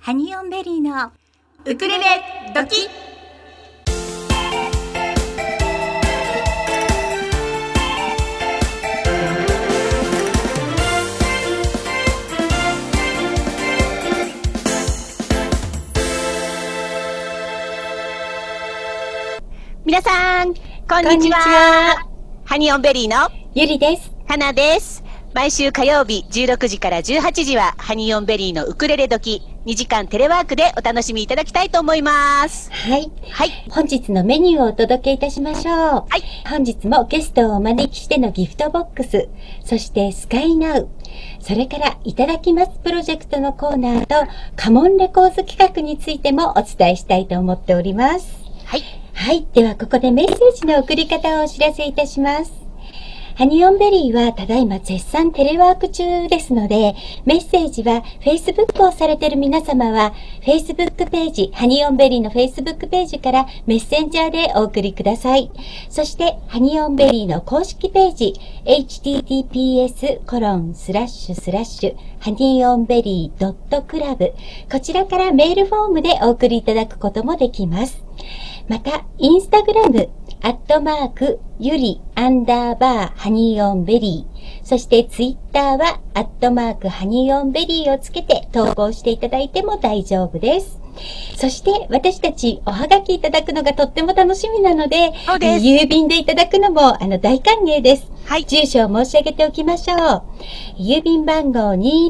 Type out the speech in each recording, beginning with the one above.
ハニオンベリーのウクレレドキ。 皆さん、こんにちは。ハニオンベリーのゆりです。 かなです。毎週火曜日16時から18時はハニオンベリーのウクレレ時2時間テレワークでお楽しみいただきたいと思います。 はい。 はい。 本日のメニューをお届けいたしましょう。 はい。 本日もゲストをお招きしてのギフトボックス、そしてスカイナウ、それからいただきますプロジェクトのコーナーとカモンレコーズ企画についてもお伝えしたいと思っております。 はい。 はい。ではここでメッセージの送り方をお知らせいたします。ハニオンベリーはただいま絶賛テレワーク中ですので、メッセージは Facebook をされている皆様は Facebook ページ、ハニオンベリーの Facebook ページからメッセンジャーでお送りください。そしてハニオンベリーの公式ページ、https:// ハニオンベリー .club こちらからメールフォームでお送りいただくこともできます。また、インスタグラム、ゆり_ハニオンベリー。そしてツイッターは、ハニオンベリーをつけて投稿していただいても大丈夫です。そして私たちおはがきいただくのがとっても楽しみなので、郵便でいただくのも大歓迎です。 はい。 住所を申し上げておきましょう。郵便番号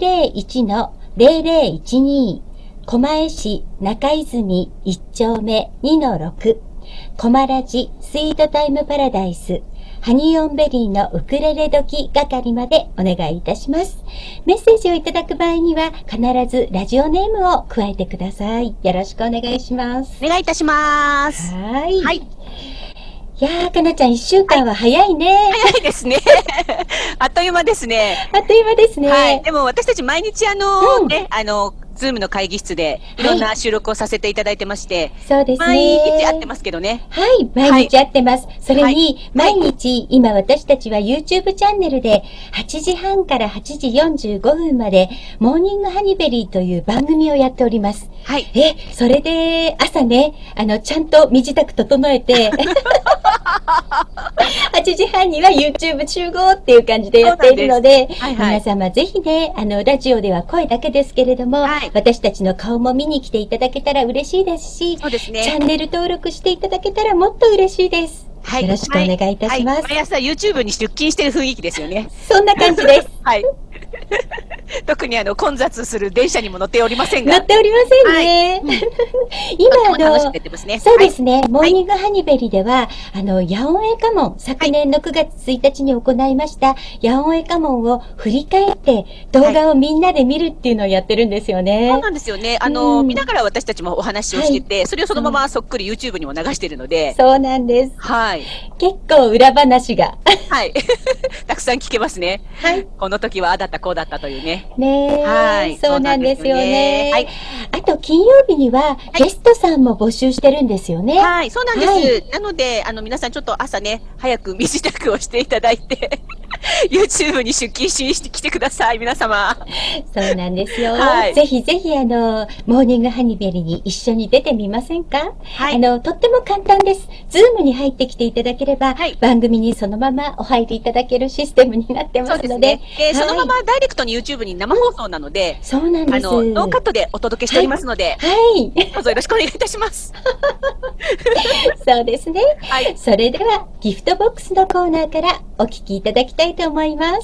201-0012 狛江市中泉1丁目 2-6 コマラジスイートタイムパラダイスハニオンベリーのウクレレ時係までお願いいたします。メッセージをいただく場合には必ずラジオネームを加えてください。よろしくお願いします。 お願いいたします。 はい。 はい。 いやー、かなちゃん1週間は早いね。 はい、早いですね。あっという間ですね。 あっという間ですね。 はい。でも私たち毎日ズームの会議室でいろんな収録をさせていただいてまして、 そうですね。 毎日会ってますけどね。 はい、毎日会ってます。それに、毎日、今私たちは YouTube チャンネルで8時半から8時45分までモーニングハニベリーという番組をやっております。 はい。 それで朝ね、ちゃんと身支度整えて、8時半には YouTube 集合っていう感じでやっているので、皆様ぜひね、ラジオでは声だけですけれども、私たちの顔も見に来ていただけたら嬉しいですし、 そうですね。 チャンネル登録していただけたらもっと嬉しいです。はい。よろしくお願いいたします。 毎朝 YouTube に出勤してる雰囲気ですよね。 そんな感じです。 はい。特に混雑する電車にも乗っておりませんが。 乗っておりませんね。今楽しんでってますね。 そうですね。モーニングハニベリでは、ヤオンエカモン、昨年の9月1日に行いました、ヤオンエカモンを振り返って動画をみんなで見るっていうのをやってるんですよね。 そうなんですよね。見ながら私たちもお話をしてて、それをそのままそっくり YouTube にも流してるので。 そうなんです。 はい。 結構裏話が。 はい。たくさん聞けますね。 はい。 この時はああだったこうだったというね。 ねえ。はい。そうなんですよね。はい。あと、金曜日には、ゲストさんも募集してるんですよね。 はい。そうなんです。なので、皆さんちょっと朝ね、早く身支度をしていただいて、YouTube に出勤してきてください、皆様。 そうなんですよ。はい。ぜひぜひ、モーニングハニベリに一緒に出てみませんか？はい。とっても簡単です。ズームに入ってきていただければ、はい、番組にそのままお入りいただけるシステムになってますので。 そうですね。そのままダイレクトに YouTube に生放送なので、 そうなんです。 ノーカットでお届けしておりますので、 はい。 どうぞよろしくお願いいたします。 そうですね。はい。それでは、ギフトボックスのコーナーからお聞きいただきたいと思います。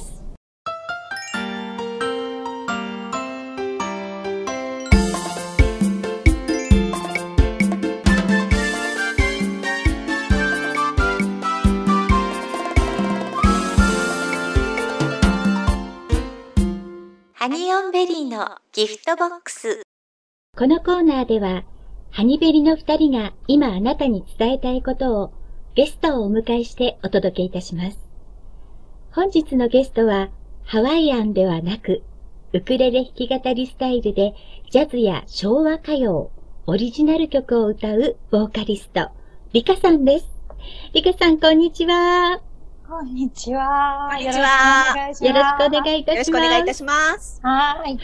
ハニオンベリーのギフトボックス。 このコーナーでは、ハニベリの2人が今あなたに伝えたいことをゲストをお迎えしてお届けいたします。本日のゲストはハワイアンではなく、ウクレレ弾き語りスタイルでジャズや昭和歌謡、オリジナル曲を歌うボーカリスト、リカさんです。リカさん、こんにちは。 こんにちは。 こんにちは。 よろしくお願いいたします。 よろしくお願いいたします。 はい。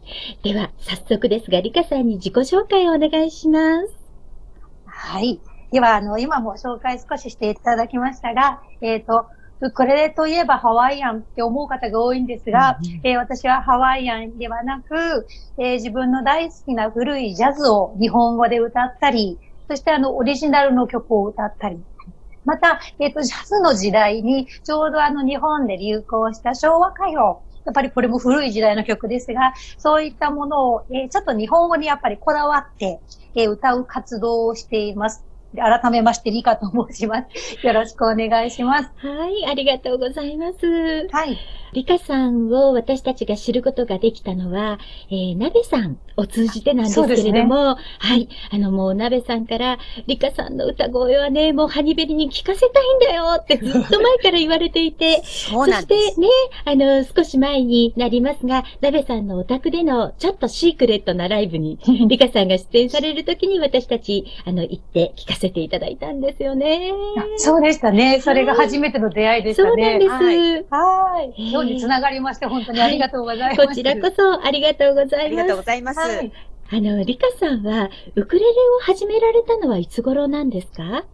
では、早速ですが、リカさんに自己紹介をお願いします。 はい。では、今も紹介少ししていただきましたが、ウクレレといえばハワイアンって思う方が多いんですが、私はハワイアンではなく、自分の大好きな古いジャズを日本語で歌ったり、そしてオリジナルの曲を歌ったり、また、ジャズの時代にちょうど日本で流行した昭和歌謡、やっぱりこれも古い時代の曲ですが、そういったものを、ちょっと日本語にやっぱりこだわって、歌う活動をしています。改めまして、リカと申します。よろしくお願いします。 はい、ありがとうございます。 はい。 リカさんを私たちが知ることができたのは、ナベさんを通じてなんですけれども、ね、はい、もうナベさんから、リカさんの歌声はね、もうハニベリに聞かせたいんだよってずっと前から言われていて、 そうなんです。 そしてね、少し前になりますが、ナベさんのお宅でのちょっとシークレットなライブに、リカさんが出演されるときに私たち、行って聞かせていただいたんですよね。 そうでしたね。それが初めての出会いでしたね。 そうなんです。 はい。今日につながりまして、本当にありがとうございます。 こちらこそありがとうございます。ありがとうございます。はい、 リカさんは、ウクレレを始められたのはいつ頃なんですか？はい。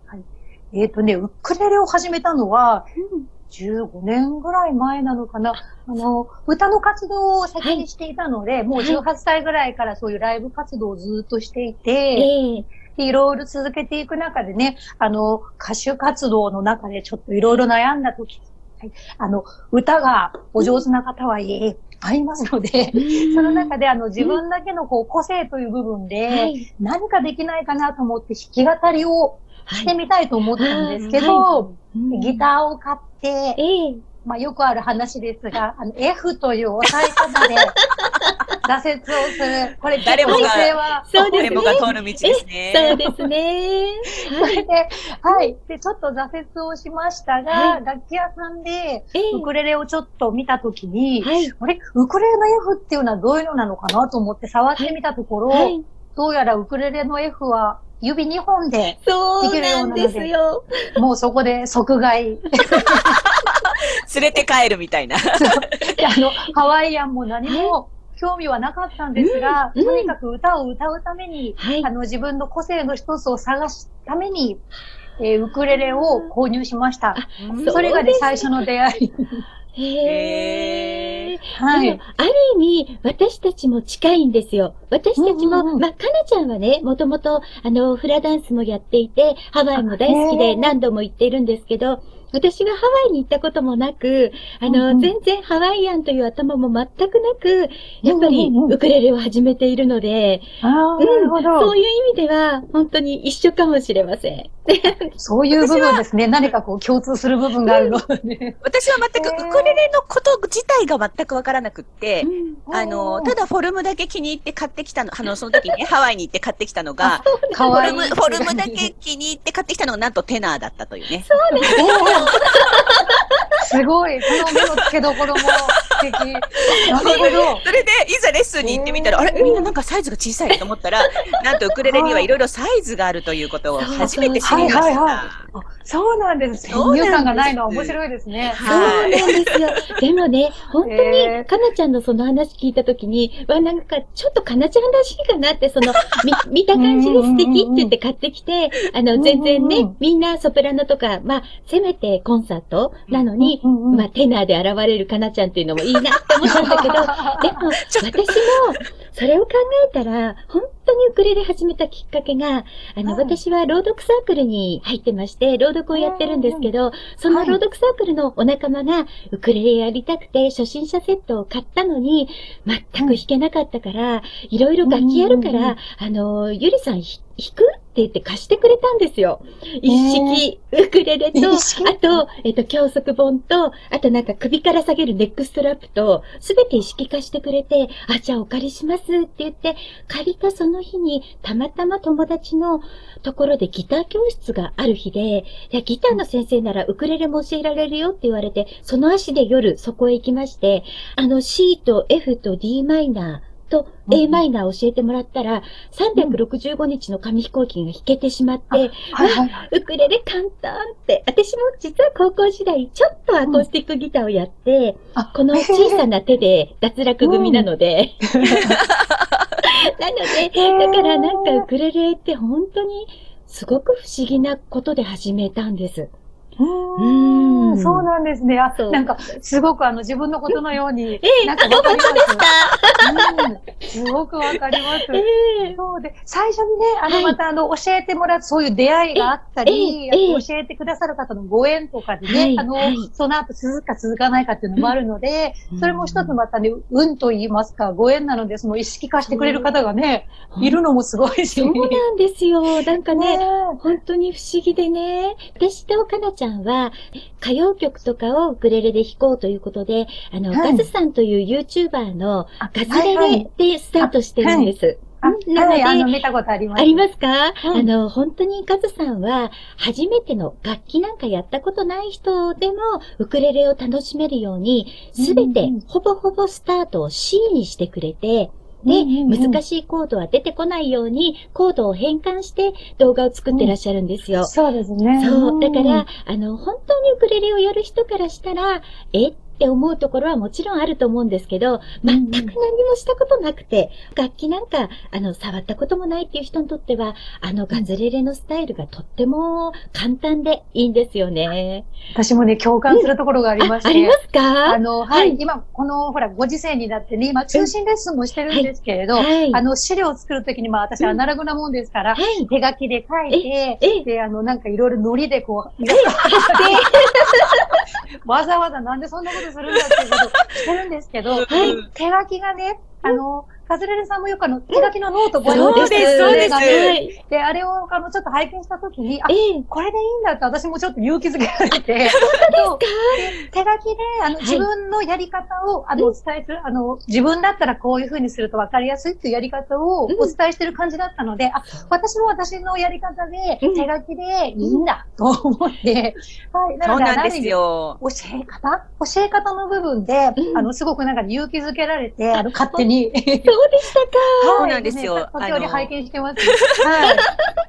ウクレレを始めたのは、15年ぐらい前なのかな。歌の活動を先にしていたので、もう18歳ぐらいからそういうライブ活動をずっとしていて、いろいろ続けていく中でね、歌手活動の中でちょっといろいろ悩んだ時、歌がお上手な方はいっぱいいますので、その中で自分だけの個性という部分で、何かできないかなと思って弾き語りをしてみたいと思ったんですけど、ギターを買って、まあよくある話ですが、F という押さえ方で挫折をする。これ誰もが、 誰もが通る道ですね。 そうですね。 それで、はい。で、ちょっと挫折をしましたが、楽器屋さんでウクレレをちょっと見たときに、あれ、ウクレレの F っていうのはどういうのなのかなと思って触ってみたところ、どうやらウクレレの F は指2本でできるようなので、 そうなんですよ。 もうそこで即買い。 連れて帰るみたいな。 ハワイアンも何も興味はなかったんですが、とにかく歌を歌うために、自分の個性の一つを探すために、ウクレレを購入しました。それがね、最初の出会い。 はい。でも、ある意味、私たちも近いんですよ。私たちも、まあ、かなちゃんはね、もともと、フラダンスもやっていて、ハワイも大好きで何度も行っているんですけど、私がハワイに行ったこともなく、全然ハワイアンという頭も全くなく、やっぱりウクレレを始めているので、そういう意味では本当に一緒かもしれません。 そういう部分ですね。何かこう共通する部分があるので。 私は全くウクレレのこと自体が全くわからなくって、ただフォルムだけ気に入って買ってきたの、その時ね、ハワイに行って買ってきたのが、フォルムだけ気に入って買ってきたのがなんとテナーだったというね。 そうですね。 すごい。その目の付けどころも素敵。なるほど。 それで、いざレッスンに行ってみたら、あれみんななんかサイズが小さいと思ったら、なんとウクレレにはいろいろサイズがあるということを初めて知りました。 そうなんです。先入観がないのは面白いですね。 そうなんですよ。でもね、本当に、かなちゃんのその話聞いたときに、なんかちょっとかなちゃんらしいかなって、見た感じで素敵って言って買ってきて、全然ね、みんなソプラノとか、まあ、せめてコンサートなのに、まあ、テナーで現れるかなちゃんっていうのもいいなって思ったんだけど、でも、私も、それを考えたら、本当にウクレレ始めたきっかけが、私は朗読サークルに入ってまして、朗読をやってるんですけど、その朗読サークルのお仲間が、ウクレレやりたくて、初心者セットを買ったのに、全く弾けなかったから、いろいろ楽器やるから、ゆりさん弾くって言って貸してくれたんですよ。一式、ウクレレと、あと、教則本と、あとなんか首から下げるネックストラップと、すべて一式貸してくれて、じゃあお借りしますって言って、借りたその日に、たまたま友達のところでギター教室がある日で、ギターの先生ならウクレレも教えられるよって言われて、その足で夜そこへ行きまして、C と F と D マイナー、 と A マイナー教えてもらったら、365日の紙飛行機が弾けてしまって、ウクレレ簡単って、私も実は高校時代、ちょっとアコースティックギターをやって、この小さな手で脱落組なので、なので、だからなんかウクレレって本当にすごく不思議なことで始めたんです。 そうなんですね。なんか、すごく自分のことのように、なんかわかります。すごくわかります。そうで、最初にね、また教えてもらう、そういう出会いがあったり、教えてくださる方のご縁とかでね、その後続くか続かないかっていうのもあるので、それも一つまたね、運と言いますか、ご縁なので、その意識化してくれる方がね、いるのもすごいし。 そうなんですよ。なんかね、本当に不思議でね、私とかなちゃんは、歌謡曲とかをウクレレで弾こうということで、ガズさんという YouTuber のガズレレでスタートしてるんです。 なので、見たことあります。 ありますか？本当にガズさんは、初めての楽器なんかやったことない人でも、ウクレレを楽しめるように、すべて、ほぼほぼスタートを C にしてくれて、で、難しいコードは出てこないように、コードを変換して動画を作ってらっしゃるんですよ。 そうですね。 そう。だから、本当にウクレレをやる人からしたら、って思うところはもちろんあると思うんですけど、全く何もしたことなくて、楽器なんか、触ったこともないっていう人にとっては、ガズレレのスタイルがとっても簡単でいいんですよね。 私もね、共感するところがありまして。 ありますか？ はい。今、この、ほら、ご時世になってね、今、通信レッスンもしてるんですけれど、資料を作るときに、私、アナログなもんですから、手書きで書いて、で、なんかいろいろノリでこう、わざわざなんでそんなことするんだっていうことしてるんですけど、手書きがね、カズレレさんもよく手書きのノートご用意してるそうです。 で、あれをちょっと拝見したときに、これでいいんだって私もちょっと勇気づけられて、手書きで、自分のやり方を、お伝えする、自分だったらこういう風にすると分かりやすいっていうやり方をお伝えしてる感じだったので、私も私のやり方で、手書きでいいんだと思って、 はい。そうなんですよ。 教え方の部分で、すごくなんか勇気づけられて、勝手に。 そうでしたか。 そうなんですよ。 時折拝見してます。 はい。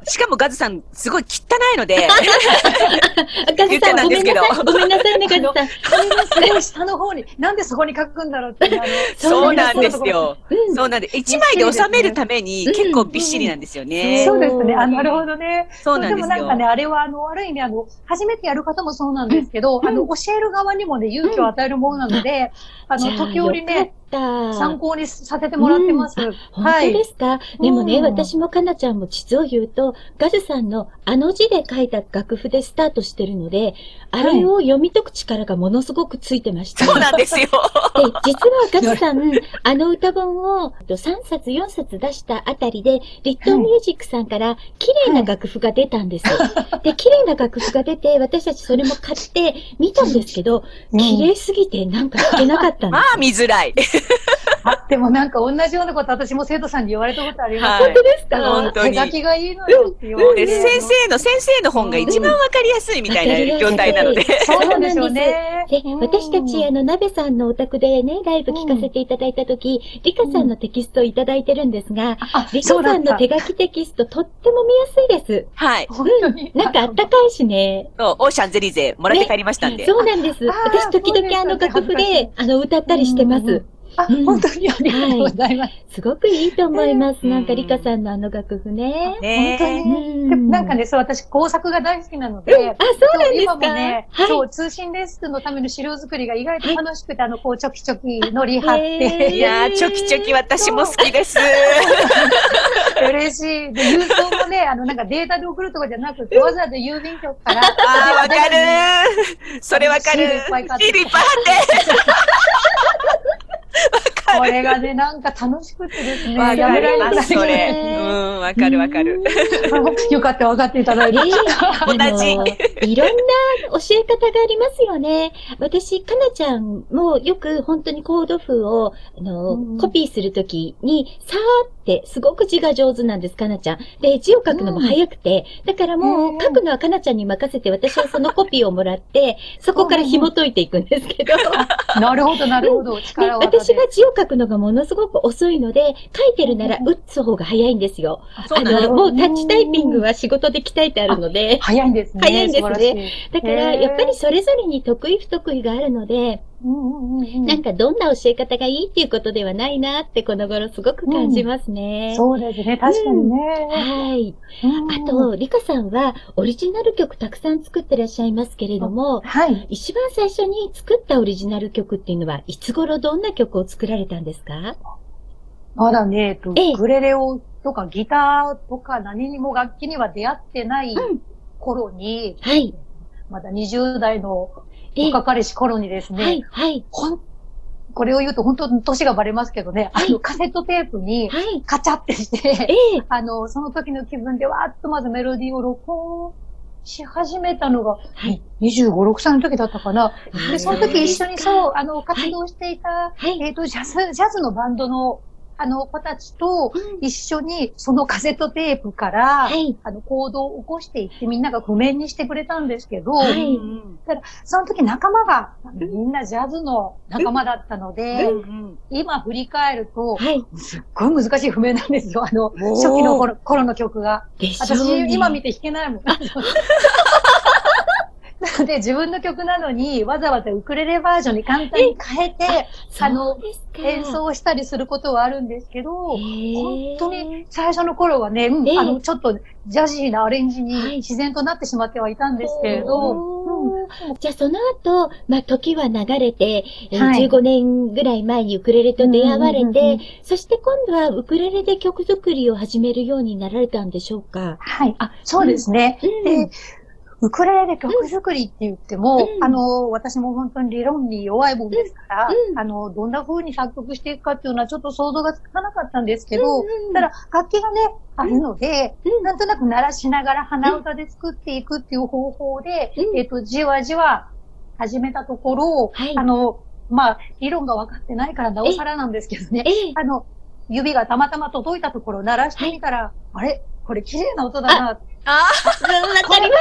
しかもガズさん、すごい汚いので。 ガズさん、ごめんなさいね、ガズさん。 紙のすごい下の方に、なんでそこに書くんだろうって。 そうなんですよ。そうなんです。一枚で収めるために結構びっしりなんですよね。 そうですね。なるほどね。 そうなんですよ。 でもなんかね、あれはある意味初めてやる方もそうなんですけど、教える側にもね、勇気を与えるものなので、時折ね、参考にさせてもらってます。 本当ですか？でもね、私もかなちゃんも実を言うと、ガズさんの字で書いた楽譜でスタートしてるので、あれを読み解く力がものすごくついてました。 そうなんですよ。で、 実はガズさん、歌本を3冊4冊出したあたりで、リットンミュージックさんから綺麗な楽譜が出たんです。で、綺麗な楽譜が出て、私たちそれも買って見たんですけど、綺麗すぎてなんか弾けなかったんです。 見づらい。 でもなんか同じようなこと私も生徒さんに言われたことあります。 本当ですか？ 本当に。 手書きがいいのよって言われて。 先生の本が一番わかりやすいみたいな状態なので。 そうなんですよね。 で、私たちなべさんのお宅でね、ライブ聞かせていただいたとき、リカさんのテキストをいただいてるんですが、リカさんの手書きテキストとっても見やすいです。 はい。 なんかあったかいしね。 オーシャンゼリゼもらって帰りましたんで。 そうなんです。私時々楽譜で歌ったりしてます。 本当にありがとうございます。 すごくいいと思います。なんか、リカさんの楽譜ね。 本当に。でもなんかね、そう、私工作が大好きなので、 そうなんですか？ 今もね、そう、通信レッスンのための資料作りが意外と楽しくて、こう、チョキチョキのり貼って。 いやー、チョキチョキ私も好きです。 嬉しい。で、郵送もね、なんかデータで送るとかじゃなくて、わざわざ郵便局から。 わかるー。それわかる。シールいっぱい貼って。 これがね、なんか楽しくてですね。 やめられない。それ。 わかるわかる。 よかった分かっていただいて。 同じ。 いろんな教え方がありますよね。私、かなちゃんもよく本当にコード譜を、コピーするときに、さーってすごく字が上手なんです、かなちゃん。で、字を書くのも早くて、だからもう書くのはかなちゃんに任せて、私はそのコピーをもらって、そこから紐解いていくんですけど。 なるほど、なるほど。力技で。 私は字を書くのがものすごく遅いので、書いてるなら打つ方が早いんですよ。もうタッチタイピングは仕事で鍛えてあるので。 早いんですね。 早いんですね。だから、やっぱりそれぞれに得意不得意があるので、なんかどんな教え方がいいっていうことではないなってこの頃すごく感じますね。 そうですね。確かにね。 はい。あと、リカさんはオリジナル曲たくさん作ってらっしゃいますけれども、 はい。 一番最初に作ったオリジナル曲っていうのはいつ頃どんな曲を作られたんですか？ まだね、ウクレレをとかギターとか何にも楽器には出会ってない頃に、 はい。 まだ20代の若かりし頃にですね、 はい、はい。 これを言うと本当に年がバレますけどね、カセットテープにカチャってして、その時の気分でわーっとまずメロディーを録音し始めたのが、25、6歳の時だったかな。で、その時一緒に活動していた、ジャズのバンドの子たちと一緒にそのカセットテープから、コードを起こしていってみんなが譜面にしてくれたんですけど、ただその時仲間がみんなジャズの仲間だったので、今振り返ると、すっごい難しい譜面なんですよ。初期の頃の曲が。私今見て弾けないもん。なので自分の曲なのにわざわざウクレレバージョンに簡単に変えて、演奏したりすることはあるんですけど、本当に最初の頃はね、ちょっとジャジーなアレンジに自然となってしまってはいたんですけれど、 じゃあその後、時は流れて、15年ぐらい前にウクレレと出会われて、そして今度はウクレレで曲作りを始めるようになられたんでしょうか？ はい。そうですね。でウクレレで曲作りって言っても、私も本当に理論に弱いもんですから、どんな風に作曲していくかっていうのはちょっと想像がつかなかったんですけど、ただ楽器がね、あるので、なんとなく鳴らしながら鼻歌で作っていくっていう方法で、じわじわ始めたところ、理論が分かってないからなおさらなんですけどね、指がたまたま届いたところ鳴らしてみたら、あれこれ綺麗な音だな。 わかります。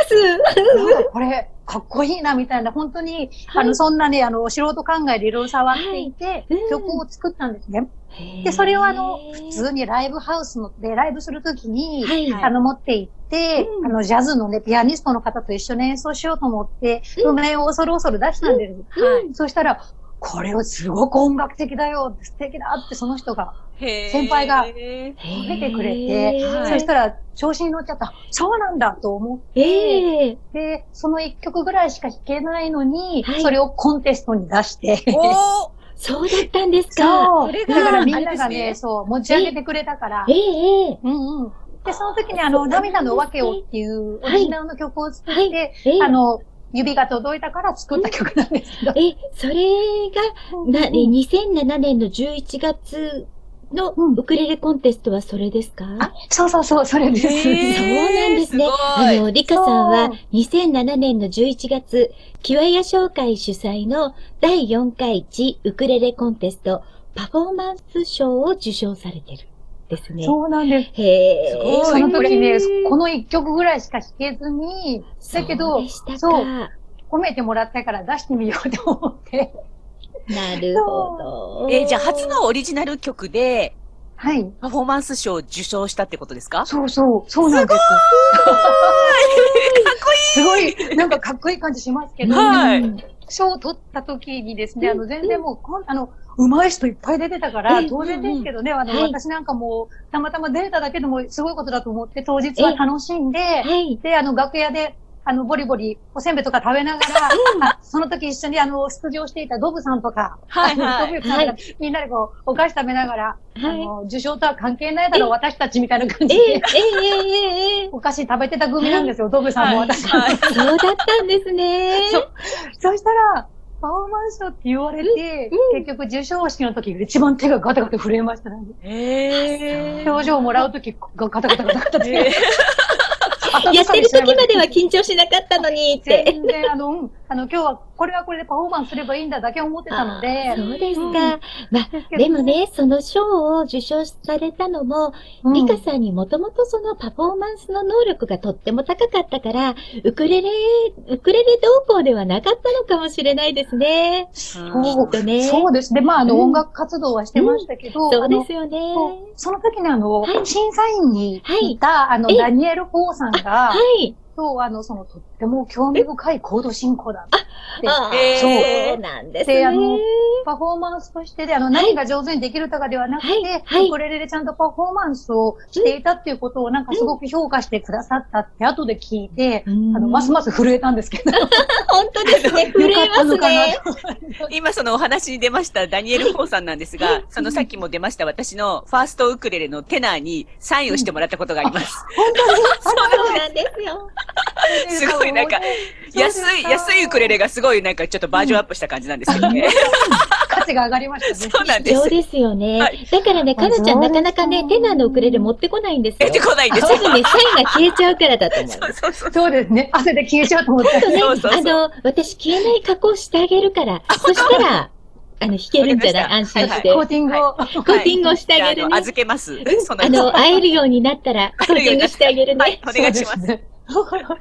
これ、かっこいいな、みたいな、本当に、そんなね、素人考えでいろいろ触っていて、曲を作ったんですね。で、それを普通にライブハウスでライブするときに、持って行って、ジャズのね、ピアニストの方と一緒に演奏しようと思って、譜面を恐る恐る出したんです。そしたら、これはすごく音楽的だよ、素敵だってその人が、先輩が褒めてくれて、そしたら調子に乗っちゃった。そうなんだと思って、で、その一曲ぐらいしか弾けないのに、それをコンテストに出して、 そうだったんですか。 そう。だからみんながね、持ち上げてくれたから。で、その時に涙の訳をっていうオリジナルの曲を作って、指が届いたから作った曲なんですけど。 それが、2007年の11月のウクレレコンテストはそれですか？ そう、それです。 そうなんですね。リカさんは2007年の11月、キワヤ商会主催の第4回ジ・ウクレレコンテストパフォーマンス賞を受賞されてる。ですね。 そうなんです。その時ね、この1曲ぐらいしか弾けずに、だけど、褒めてもらったから出してみようと思って。 なるほど。 じゃあ初のオリジナル曲で、 パフォーマンス賞を受賞したってことですか？ そうなんです。すごいかっこいいすごい、なんかかっこいい感じしますけど、賞を取った時にですね、全然もう、上手い人いっぱい出てたから、当然ですけどね、私なんかもう、たまたま出れただけでもすごいことだと思って、当日は楽しんで、で、楽屋で、ボリボリ、おせんべいとか食べながら、その時一緒に出場していたドブさんとか、ドブさんがみんなでお菓子食べながら、受賞とは関係ないだろう、私たちみたいな感じで、お菓子食べてた組なんですよ、ドブさんも私も。 そうだったんですね。 そうしたら、 パフォーマンス賞って言われて、結局授賞式の時一番手がガタガタ震えましたね。表情をもらう時がガタガタガタガタで。 やってる時までは緊張しなかったのにって。 全然、今日はこれはこれでパフォーマンスすればいいんだだけ思ってたので。 そうですか。まあ、でもね、その賞を受賞されたのも、リカさんにもともとそのパフォーマンスの能力がとっても高かったから、ウクレレ同行ではなかったのかもしれないですね。 そうですね。まあ、音楽活動はしてましたけど。 そうですよね。 その時に審査員にいた、ダニエル・フォーさんが、とっても興味深いコード進行だって。 そうなんですね。 で、パフォーマンスとしてで、何が上手にできるとかではなくて、ウクレレでちゃんとパフォーマンスをしていたっていうことをなんかすごく評価してくださったって後で聞いて、ますます震えたんですけど。 本当ですね。震えますね。 今そのお話に出ましたダニエル・フォーさんなんですが、さっきも出ました私のファーストウクレレのテナーにサインをしてもらったことがあります。 本当にそうなんですよ。 すごいなんか、安いウクレレがすごいなんかちょっとバージョンアップした感じなんですけどね。 価値が上がりましたね。 そうなんです。 そうですよね。だからね、かなちゃんなかなかね、テナーのウクレレ持ってこないんですよ。 持ってこないんですよ。 すぐね、サインが消えちゃうからだと思う。そうですね。汗で消えちゃうと思って。 私消えない加工してあげるから、そしたら、弾けるんじゃない？安心して。 コーティングをしてあげるね。 預けます。 会えるようになったら、コーティングしてあげるね。 お願いします。 はい。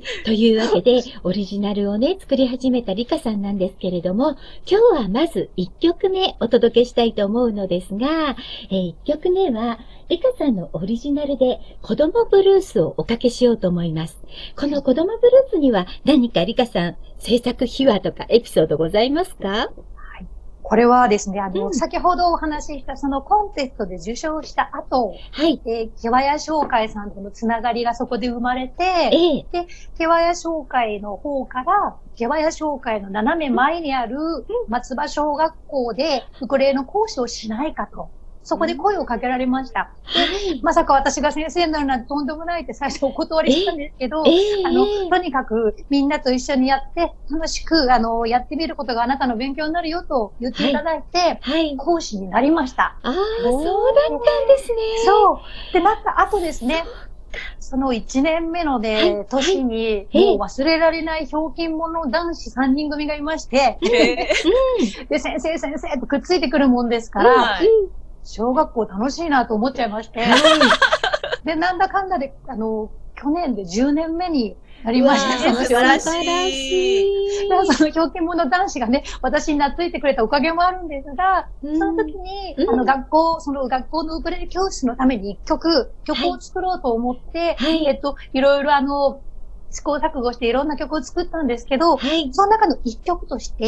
というわけで、オリジナルをね、作り始めたリカさんなんですけれども、今日はまず1曲目お届けしたいと思うのですが、1曲目は、リカさんのオリジナルで子供ブルースをおかけしようと思います。この子供ブルースには何かリカさん、制作秘話とかエピソードございますか？ これはですね、先ほどお話ししたそのコンテストで受賞した後、ケワヤ商会さんとのつながりがそこで生まれて、で、ケワヤ商会の方から、ケワヤ商会の斜め前にある松葉小学校でウクレレの講師をしないかと。そこで声をかけられました。まさか私が先生になるなんてとんでもないって最初お断りしたんですけど、とにかくみんなと一緒にやって楽しくやってみることがあなたの勉強になるよと言っていただいて、講師になりました。 そうだったんですね。 そう。で、なった後ですね、その1年目のね、年に、もう忘れられないひょうきん者男子3人組がいまして、で、先生ってくっついてくるもんですから、小学校楽しいなと思っちゃいまして。で、なんだかんだで、去年で10年目になりました。 素晴らしい。そのひょうきん者男子がね、私に懐いてくれたおかげもあるんですが、その時に、学校のウクレレ教室のために曲を作ろうと思って、いろいろ試行錯誤していろんな曲を作ったんですけど、その中の一曲として、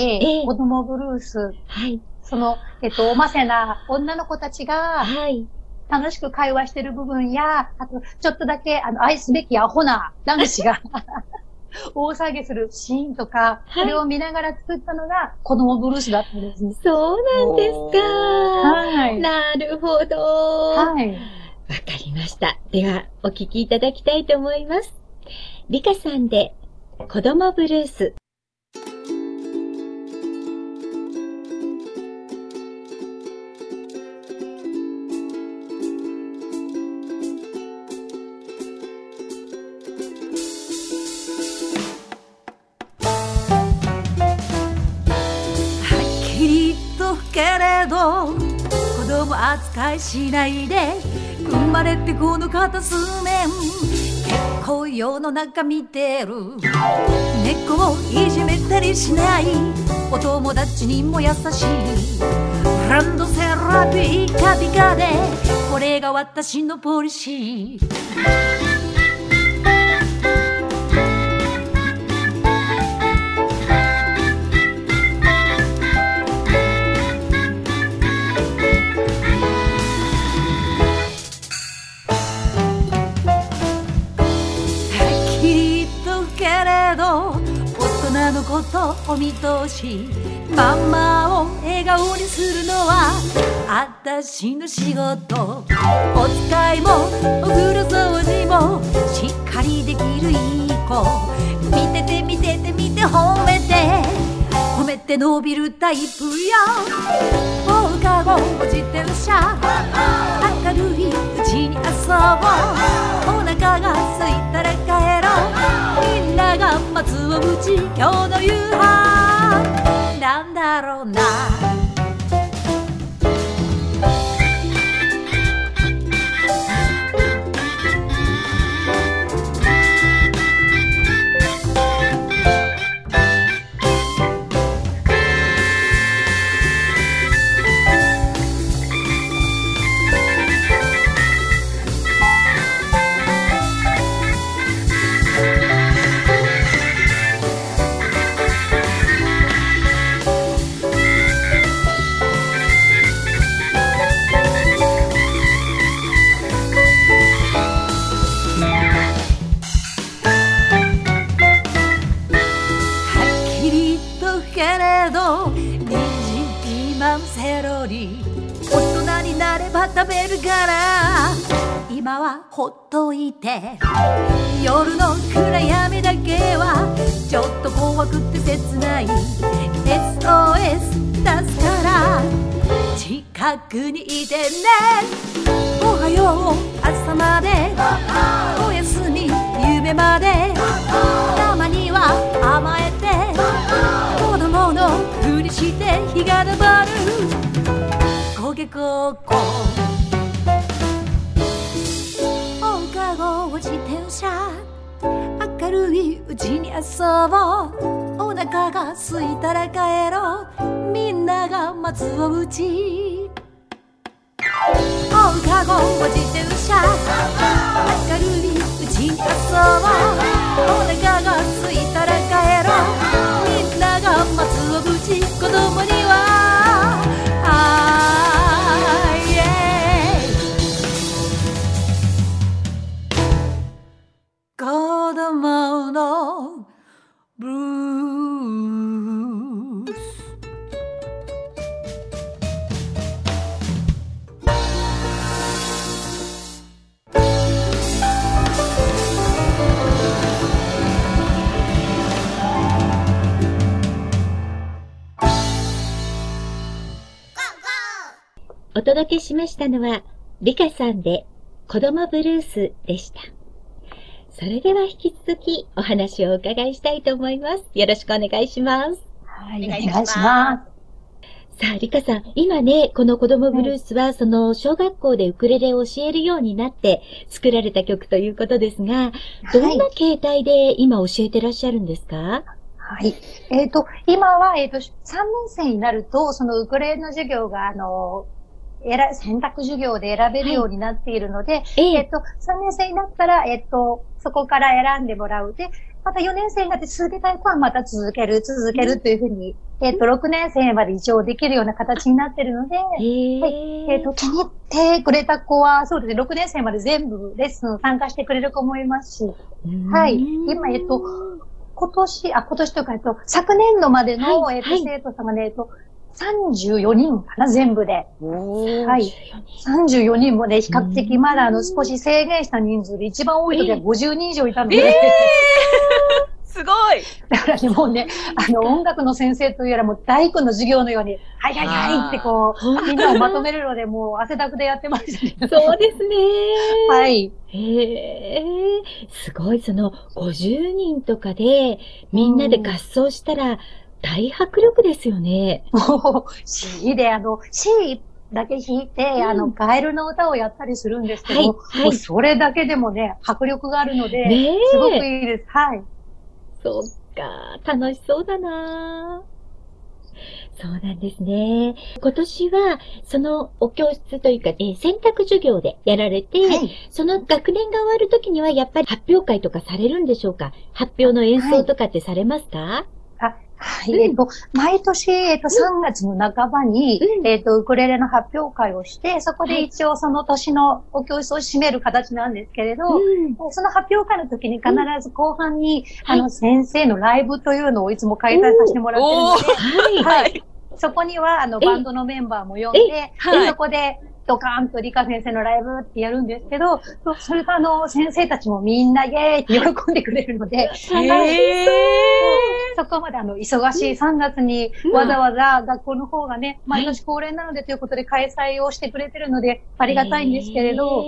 子供ブルース、おませな女の子たちが、楽しく会話してる部分や、あと、ちょっとだけ、愛すべきアホな男子が、大騒ぎするシーンとか、それを見ながら作ったのが、子供ブルースだったんですね。 そうなんですか。なるほど。わかりました。では、お聞きいただきたいと思います。リカさんで、子供ブルース。 けれど子供扱いしないで生まれてこの片数年結構世の中見てる猫をいじめたりしないお友達にも優しいフランドセラピーカピカでこれが私のポリシー大人のことを見通しママを笑顔にするのは私の仕事お使いもお風呂掃除もしっかりできるいい子見てて見てて見て褒めて褒めて伸びるタイプよ。放課後自転車明るいうちに遊ぼう。お腹が空いたら帰ろう。みんなが松を打ち今日の夕飯なんだろうな。セロリ大人になれば食べるから今はほっといて。夜の暗闇だけはちょっと怖くて切ない。 SOS 出すから近くにいてね。おはよう朝までおやすみ夢まで。たまには甘えて子供のふりして日が昇る。焦げ高校放課後自転車明るいうちに遊ぼう。お腹が空いたら帰ろう。みんなが松を打ち。放課後自転車明るいうちに遊ぼう。お腹が空いたら帰ろう。みんなが松を打ち。子供には子供のブルース。 お届けしましたのは、リカさんで子供ブルースでした。それでは引き続きお話をお伺いしたいと思います。よろしくお願いします。 はい、お願いします。さあ、リカさん、今ね、この子供ブルースは、その小学校でウクレレを教えるようになって作られた曲ということですが、どんな形態で今教えてらっしゃるんですか？ はい。今は、3年生になると、そのウクレレの授業が、選択授業で選べるようになっているので、3年生になったら、そこから選んでもらう。で、また4年生になって続けたい子はまた続けるというふうに、6年生まで一応できるような形になっているので、はい、気に入ってくれた子は、そうですね、6年生まで全部レッスン参加してくれる子もいますし、はい、今、今年とか、昨年度までの、生徒さんがね、34人かな、全部で。はい。34人もね、比較的まだ少し制限した人数で一番多い時は50人以上いたので。 すごい。 だからね、もうね、音楽の先生というよりはもう大工の授業のように、はいはいはいってこう、みんなをまとめるので、もう汗だくでやってましたね。 そうですね。 はい。 すごい、50人とかで、みんなで合奏したら、大迫力ですよね。 もう、C でC だけ弾いて、ガエルの歌をやったりするんですけど、もうそれだけでもね、迫力があるので、すごくいいです。はい。 そっか、楽しそうだな。そうなんですね。今年は、そのお教室というか、選択授業でやられて、その学年が終わるときにはやっぱり発表会とかされるんでしょうか？発表の演奏とかってされますか？ はい、毎年、3月の半ばに、ウクレレの発表会をして、そこで一応その年のお教室を締める形なんですけれど、その発表会の時に必ず後半に、先生のライブというのをいつも開催させてもらってるので、はい。そこには、バンドのメンバーも呼んで、そこで、ドカーンとリカ先生のライブってやるんですけど、それが先生たちもみんなイエーイって喜んでくれるので、 そこまで忙しい3月にわざわざ学校の方がね、毎年恒例なのでということで開催をしてくれてるので、ありがたいんですけれど、はい。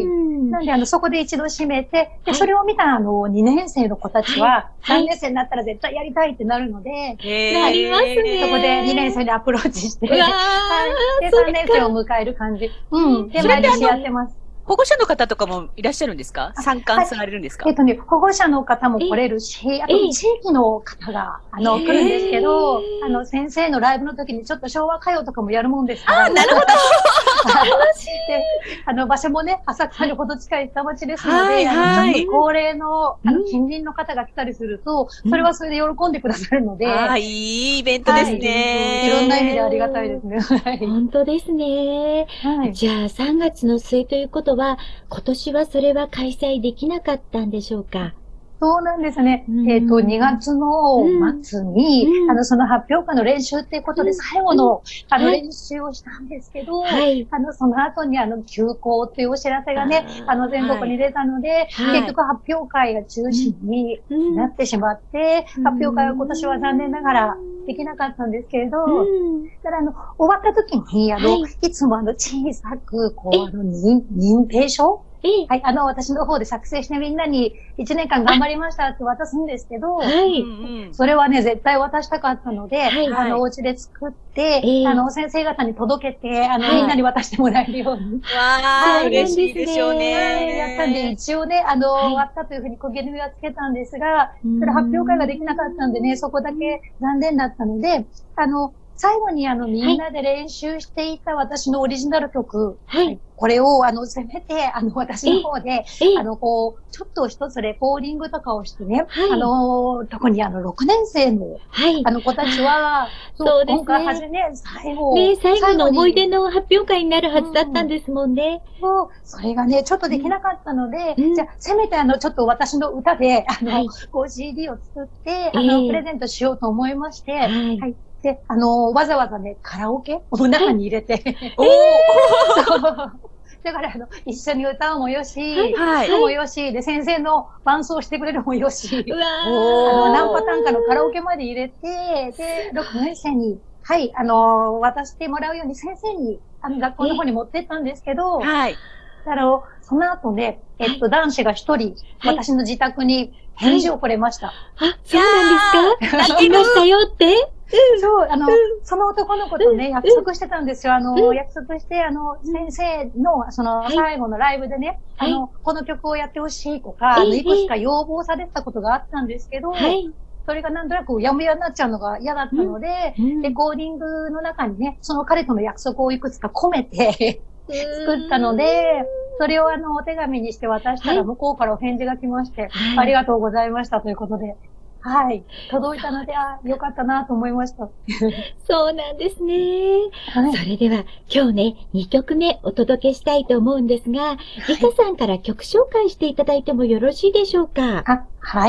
なんで、そこで一度締めて、で、それを見た2年生の子たちは、3年生になったら絶対やりたいってなるので、 なりますね。 そこで2年生にアプローチして、で、3年生を迎える感じ。で、毎年やってます。 保護者の方とかもいらっしゃるんですか？参観されるんですか？ 保護者の方も来れるし、あと地域の方が、来るんですけど、先生のライブの時にちょっと昭和歌謡とかもやるもんですから。 なるほど。 楽しい。で、場所もね、浅草にほど近い下町ですので、ちょっと高齢の、近隣の方が来たりすると、それはそれで喜んでくださるので。 いいイベントですね。 いろんな意味でありがたいですね。 本当ですね。じゃあ、3月の末ということは、今年はそれは開催できなかったんでしょうか？ そうなんですね。2月の末に、その発表会の練習っていうことで最後の、練習をしたんですけど、その後に休校っていうお知らせがね、全国に出たので、結局発表会が中止になってしまって、発表会は今年は残念ながらできなかったんですけれど、ただ終わった時に、いつも小さく、認定書はい、私の方で作成してみんなに1年間頑張りましたって渡すんですけど、それはね、絶対渡したかったので、お家で作って、先生方に届けて、みんなに渡してもらえるように。 嬉しいでしょうね。 やったんで、一応ね、終わったというふうに小切りはつけたんですが、それ発表会ができなかったんでね、そこだけ残念だったので、最後にみんなで練習していた私のオリジナル曲、これをせめて私の方で、ちょっと一つレコーディングとかをしてね、特に6年生の、子たちは、今回最後の思い出の発表会になるはずだったんですもんね。 それがね、ちょっとできなかったので、じゃあ、せめてちょっと私の歌で、CD を作って、プレゼントしようと思いまして、で、わざわざね、カラオケを中に入れて、だから、一緒に歌うもよし、もよし、で、先生の伴奏してくれるもよし、何パターンかのカラオケまで入れて、で、6年生に、渡してもらうように先生に、学校の方に持ってったんですけど、その後ね、男子が一人、私の自宅に返事をくれました。 そうなんですか？聞きましたよって？ そう、その男の子とね、約束してたんですよ。約束して、先生の、最後のライブでね、この曲をやってほしいとか、いくつか要望されてたことがあったんですけど、それがなんとなくやむやになっちゃうのが嫌だったので、レコーディングの中にね、その彼との約束をいくつか込めて作ったので、それをお手紙にして渡したら向こうからお返事が来まして、ありがとうございましたということで、届いたので、よかったなと思いました。 そうなんですね。それでは、今日ね、2曲目お届けしたいと思うんですが、リカさんから曲紹介していただいてもよろしいでしょうか？ はい。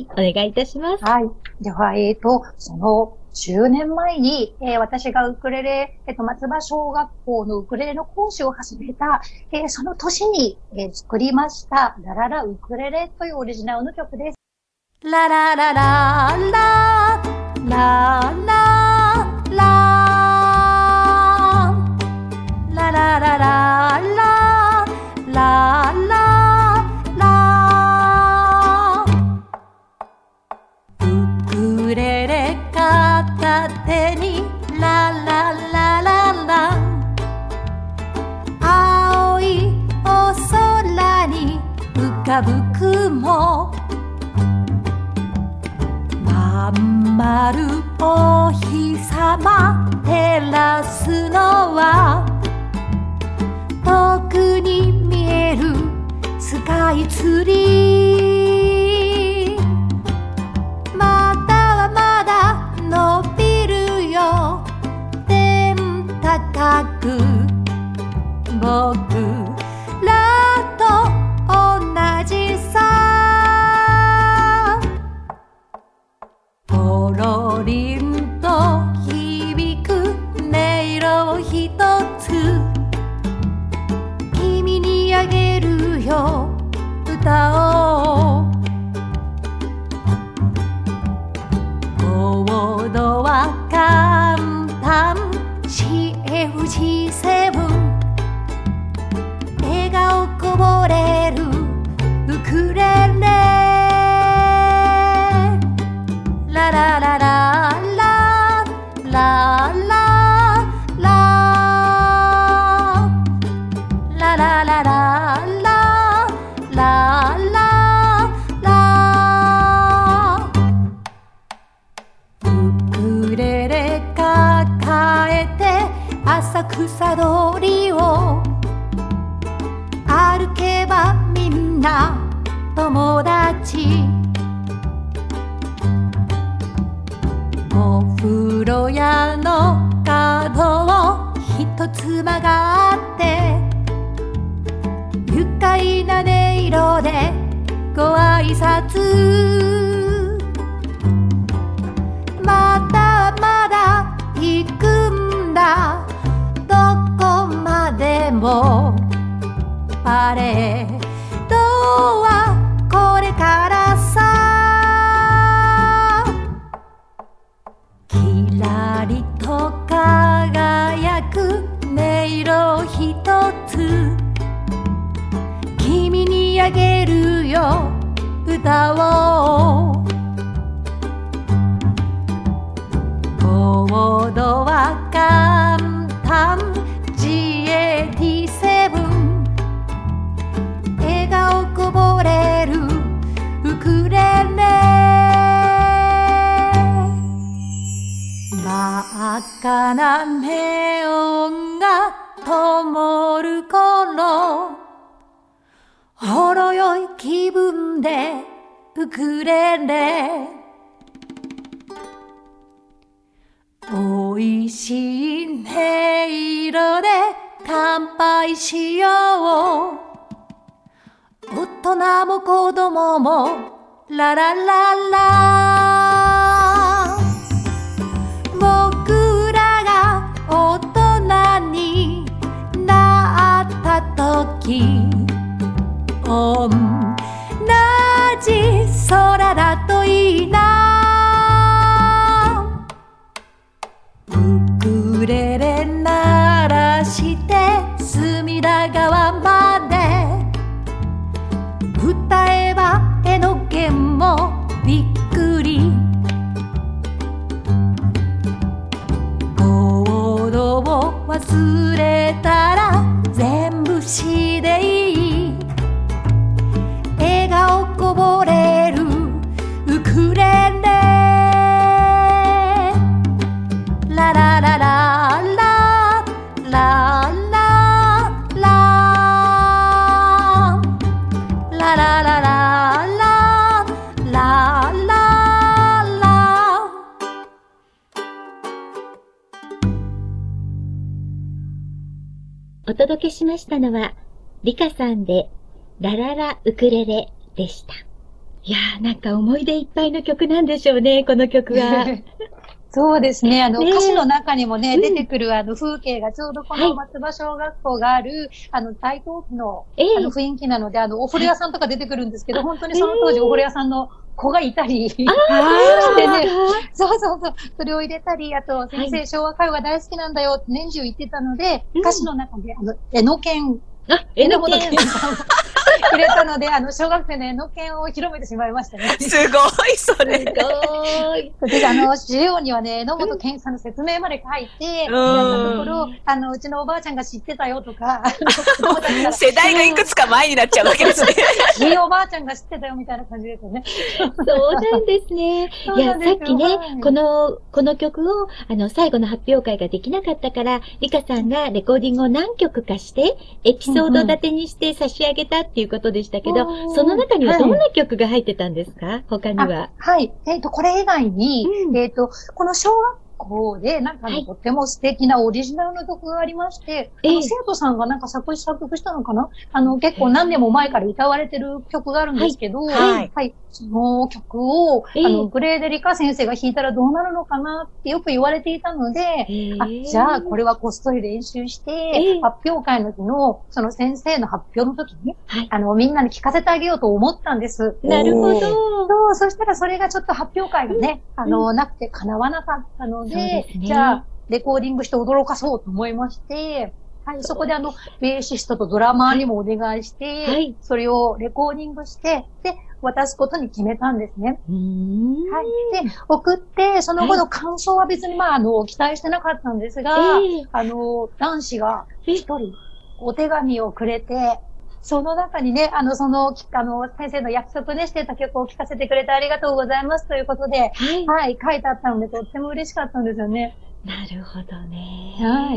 お願いいたします。 では、その、10年前に、私がウクレレ、松葉小学校のウクレレの講師を始めた、その年に、作りました、ラララウクレレというオリジナルの曲です。 ララララララララララララララララウクレレ片手にラララララ青いお空に浮かぶ雲まん丸お日様照らすのは遠くに見えるスカイツリーまだまだ伸びるよ天高く僕らと同じさポロリンと響く音色を一つ君にあげるよ歌を友達お風呂屋の角を一つ曲がって愉快な音色でご挨拶まだまだ行くんだどこまでもパレードはこれからさキラリと輝く音色一つ君にあげるよ歌をコードは簡単 GAT7 笑顔こぼれるウクレレ真っ赤なネオンが灯る頃ほろ酔い気分でウクレレおいしい音色で乾杯しよう大人も子供もララララ僕らが大人になった時同じ空だといいなウクレレ鳴らして隅田川まで歌えば絵の弦もびっくりコードを忘れたら全部詩でいい笑顔こぼれるウクレレラララララララララララララララお届けしましたのは、リカさんで、ラララウクレレでした。いやー、なんか思い出いっぱいの曲なんでしょうね、この曲は。 そうですね。 ね歌詞の中にもね、 うん出てくる風景がちょうどこの松葉小学校がある、台東区の、雰囲気なので、お風呂屋さんとか出てくるんですけど、本当にその当時お風呂屋さんの子がいたり、してね、そうそうそう、それを入れたり、あと、先生、昭和歌謡が大好きなんだよって年中言ってたので、歌詞の中で、絵の剣、榎本健さんを入れたので、小学生の絵の剣を広めてしまいましたね。 すごい、それ。 すごい。 で、資料にはね、榎本健さんの説明まで書いて、ところ、うちのおばあちゃんが知ってたよとか、 世代がいくつか前になっちゃうわけですね。 ひいおばあちゃんが知ってたよみたいな感じですよね。 そうなんですね。いや、さっきね、この曲を、最後の発表会ができなかったから、リカさんがレコーディングを何曲かして、エピソード立てにして差し上げたっていうことでしたけど、その中にはどんな曲が入ってたんですか？他には。 はい。これ以外に、この小学校で、とっても素敵なオリジナルの曲がありまして、生徒さんが作詞作曲したのかな？結構何年も前から歌われてる曲があるんですけど、その曲を、グレーデリカ先生が弾いたらどうなるのかなってよく言われていたので、じゃあこれはこっそり練習して、発表会の日の、その先生の発表の時に、みんなに聞かせてあげようと思ったんです。 なるほど。 そしたらそれがちょっと発表会がね、なくて叶わなかったので、じゃあ、レコーディングして驚かそうと思いまして、そこでベーシストとドラマーにもお願いして、それをレコーディングして、で、渡すことに決めたんですね。で、送って、その後の感想は別に期待してなかったんですが、男子が一人お手紙をくれて、その中にね、先生の約束ね、してた曲を聴かせてくれてありがとうございますということで、書いてあったので、とっても嬉しかったんですよね。 なるほどね。 はい。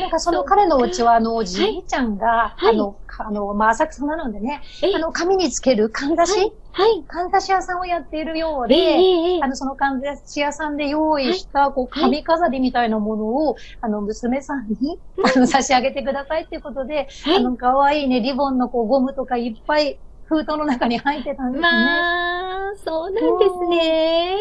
なんかその彼のお家は、おじいちゃんが、浅草なのでね、紙につけるかんざし、かんざし屋さんをやっているようで、そのかんざし屋さんで用意した、紙飾りみたいなものを、娘さんに、差し上げてくださいっていうことで、かわいいね、リボンのゴムとかいっぱい、封筒の中に入ってたんですね。 まあ、そうなんですね。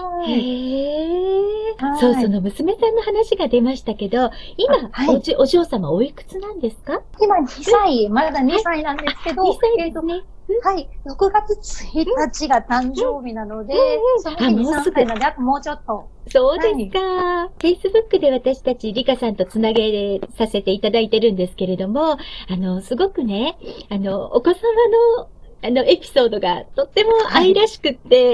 そう、その娘さんの話が出ましたけど、今、お嬢様おいくつなんですか？ 今2歳、まだ2歳なんですけど、 2歳ですね。 はい。6月1日が誕生日なので、その日に3歳なので、あともうちょっと。 そうですか。Facebook で私たちリカさんとつなげさせていただいてるんですけれども、すごくね、お子様のエピソードがとっても愛らしくって、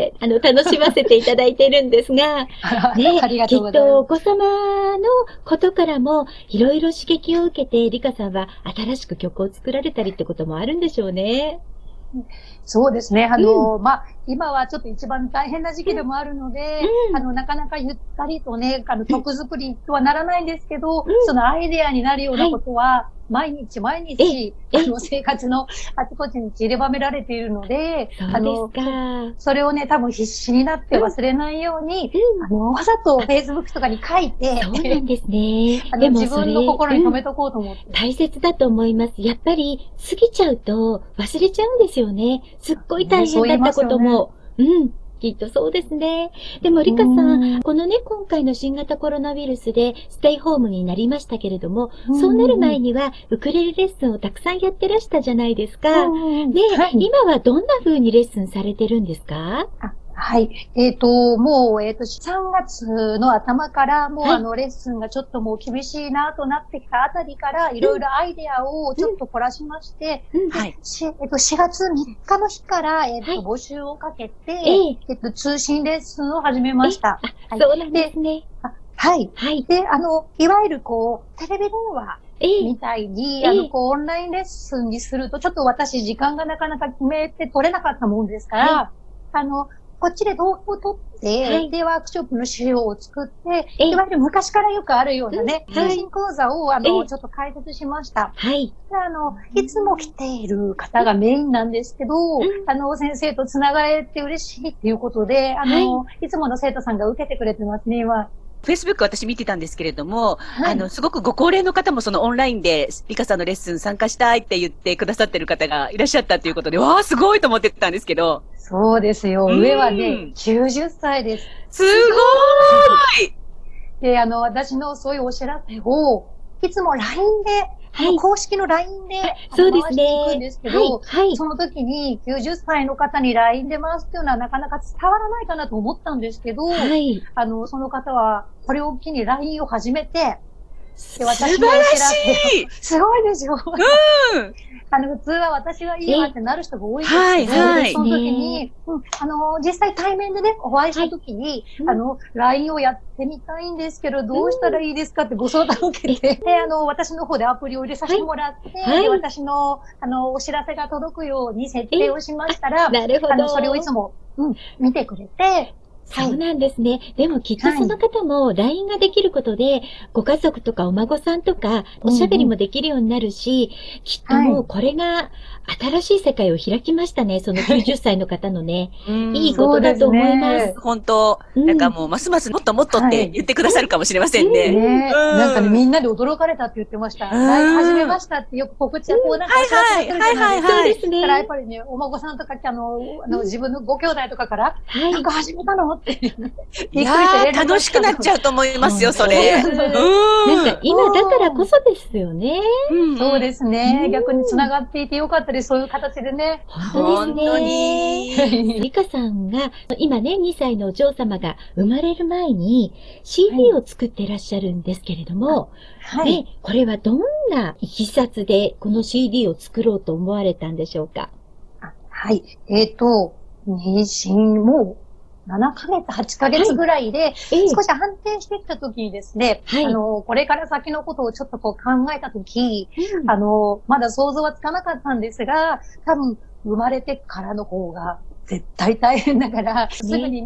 楽しませていただいているんですが、ね、 ありがとうございます。 きっとお子様のことからもいろいろ刺激を受けて、リカさんは新しく曲を作られたりってこともあるんでしょうね。 そうですね。今はちょっと一番大変な時期でもあるので、なかなかゆったりとね、曲作りとはならないんですけど、そのアイデアになるようなことは、毎日、生活のあちこちに散りばめられているので、それをね、多分必死になって忘れないように、わざと Facebook とかに書いて、 そうなんですね。 でも自分の心に留めとこうと思って。 大切だと思います。やっぱり過ぎちゃうと忘れちゃうんですよね。すっごい大変だったことも。きっとそうですね。でも、リカさん、このね、今回の新型コロナウイルスでステイホームになりましたけれども、そうなる前にはウクレレレッスンをたくさんやってらしたじゃないですか。今はどんな風にレッスンされてるんですか？ はい。もう、3月の頭から、もうレッスンがちょっともう厳しいなとなってきたあたりから、いろいろアイデアをちょっと凝らしまして、4月3日の日から、募集をかけて、通信レッスンを始めました。 そうなんですね。 はい。で、いわゆるテレビ電話みたいに、オンラインレッスンにすると、ちょっと私時間がなかなか決めて取れなかったもんですから、こっちで動画を撮って、で、ワークショップの資料を作って、いわゆる昔からよくあるようなね、通信講座を、ちょっと解説しました。いつも来ている方がメインなんですけど、先生と繋がれて嬉しいっていうことで、いつもの生徒さんが受けてくれてますね、今。 Facebook 私見てたんですけれども、すごくご高齢の方もそのオンラインでリカさんのレッスン参加したいって言ってくださってる方がいらっしゃったということで、わーすごいと思ってたんですけど。 そうですよ。上はね、90歳です。 すごーい！ で、私のそういうお知らせを、いつも LINE で、公式の LINE で回していくんですけど、その時に90歳の方に LINE で回すっていうのはなかなか伝わらないかなと思ったんですけど、その方はこれを機に LINE を始めて、 で、私のお知らせ。素晴らしい！ すごいでしょ？普通は私はいいわってなる人が多いんですけど、その時に、実際対面でね、お会いした時に、LINE をやってみたいんですけど、どうしたらいいですかってご相談を受けて、で、私の方でアプリを入れさせてもらって、で、私の、お知らせが届くように設定をしましたら、それをいつも、見てくれて、 そうなんですね。でもきっとその方も LINE ができることで、ご家族とかお孫さんとかおしゃべりもできるようになるし、きっともうこれが新しい世界を開きましたね。その90歳の方のね。いいことだと思います。 本当、なんかもうますますもっともっとって言ってくださるかもしれませんね。 なんかね、みんなで驚かれたって言ってました。LINE 始めましたってよく告知はこうなんかお知らせが来るじゃないですか。そうですね。だからやっぱりね、お孫さんとか自分のご兄弟とかから、なんか始めたのって。 いやー、楽しくなっちゃうと思いますよ、それ。 なんか今だからこそですよね。 そうですね。逆に繋がっていてよかったです。そういう形でね。 本当に。リカさんが、今ね、2歳のお嬢様が生まれる前に CD を作っていらっしゃるんですけれども、これはどんないきさつでこの CD を作ろうと思われたんでしょうか？ はい。妊娠も7ヶ月、8ヶ月ぐらいで、少し安定してきた時にですね、これから先のことをちょっと考えた時、まだ想像はつかなかったんですが、多分生まれてからの方が絶対大変だから、すぐにね、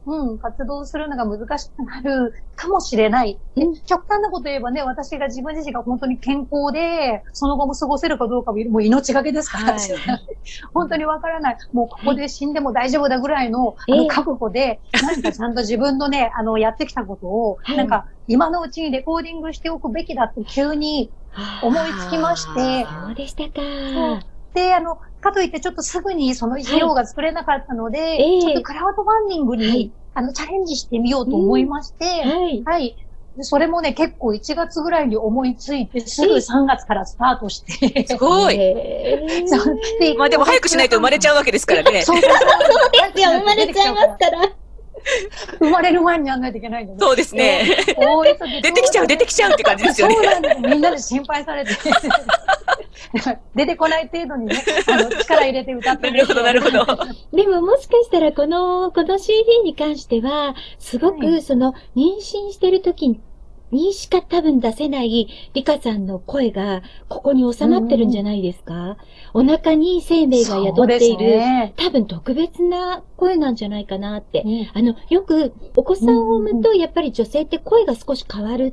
活動するのが難しくなるかもしれない。で、極端なこと言えばね、私が自分自身が本当に健康で、その後も過ごせるかどうかももう命がけですから、本当にわからない。もうここで死んでも大丈夫だぐらいの、覚悟で、何かちゃんと自分のね、やってきたことを、なんか、今のうちにレコーディングしておくべきだと急に思いつきまして、 そうでしたか。 で、かといってちょっとすぐにその費用が作れなかったので、ちょっとクラウドファンディングに、チャレンジしてみようと思いまして、はい。それもね、結構1月ぐらいに思いついて、すぐ3月からスタートして。 すごい。まあでも早くしないと生まれちゃうわけですからね。 そうですよ、生まれちゃいますから。 生まれる前にやんないといけないんだね。 そうですね。出てきちゃうって感じですよね。 そうなんです。みんなで心配されて。出てこない程度にね、力入れて歌ってる。 なるほど。 でももしかしたらこの CD に関しては、すごく妊娠してる時にしか多分出せないリカさんの声がここに収まってるんじゃないですか？お腹に生命が宿っている、多分特別な声なんじゃないかなって。よくお子さんを産むとやっぱり女性って声が少し変わるって。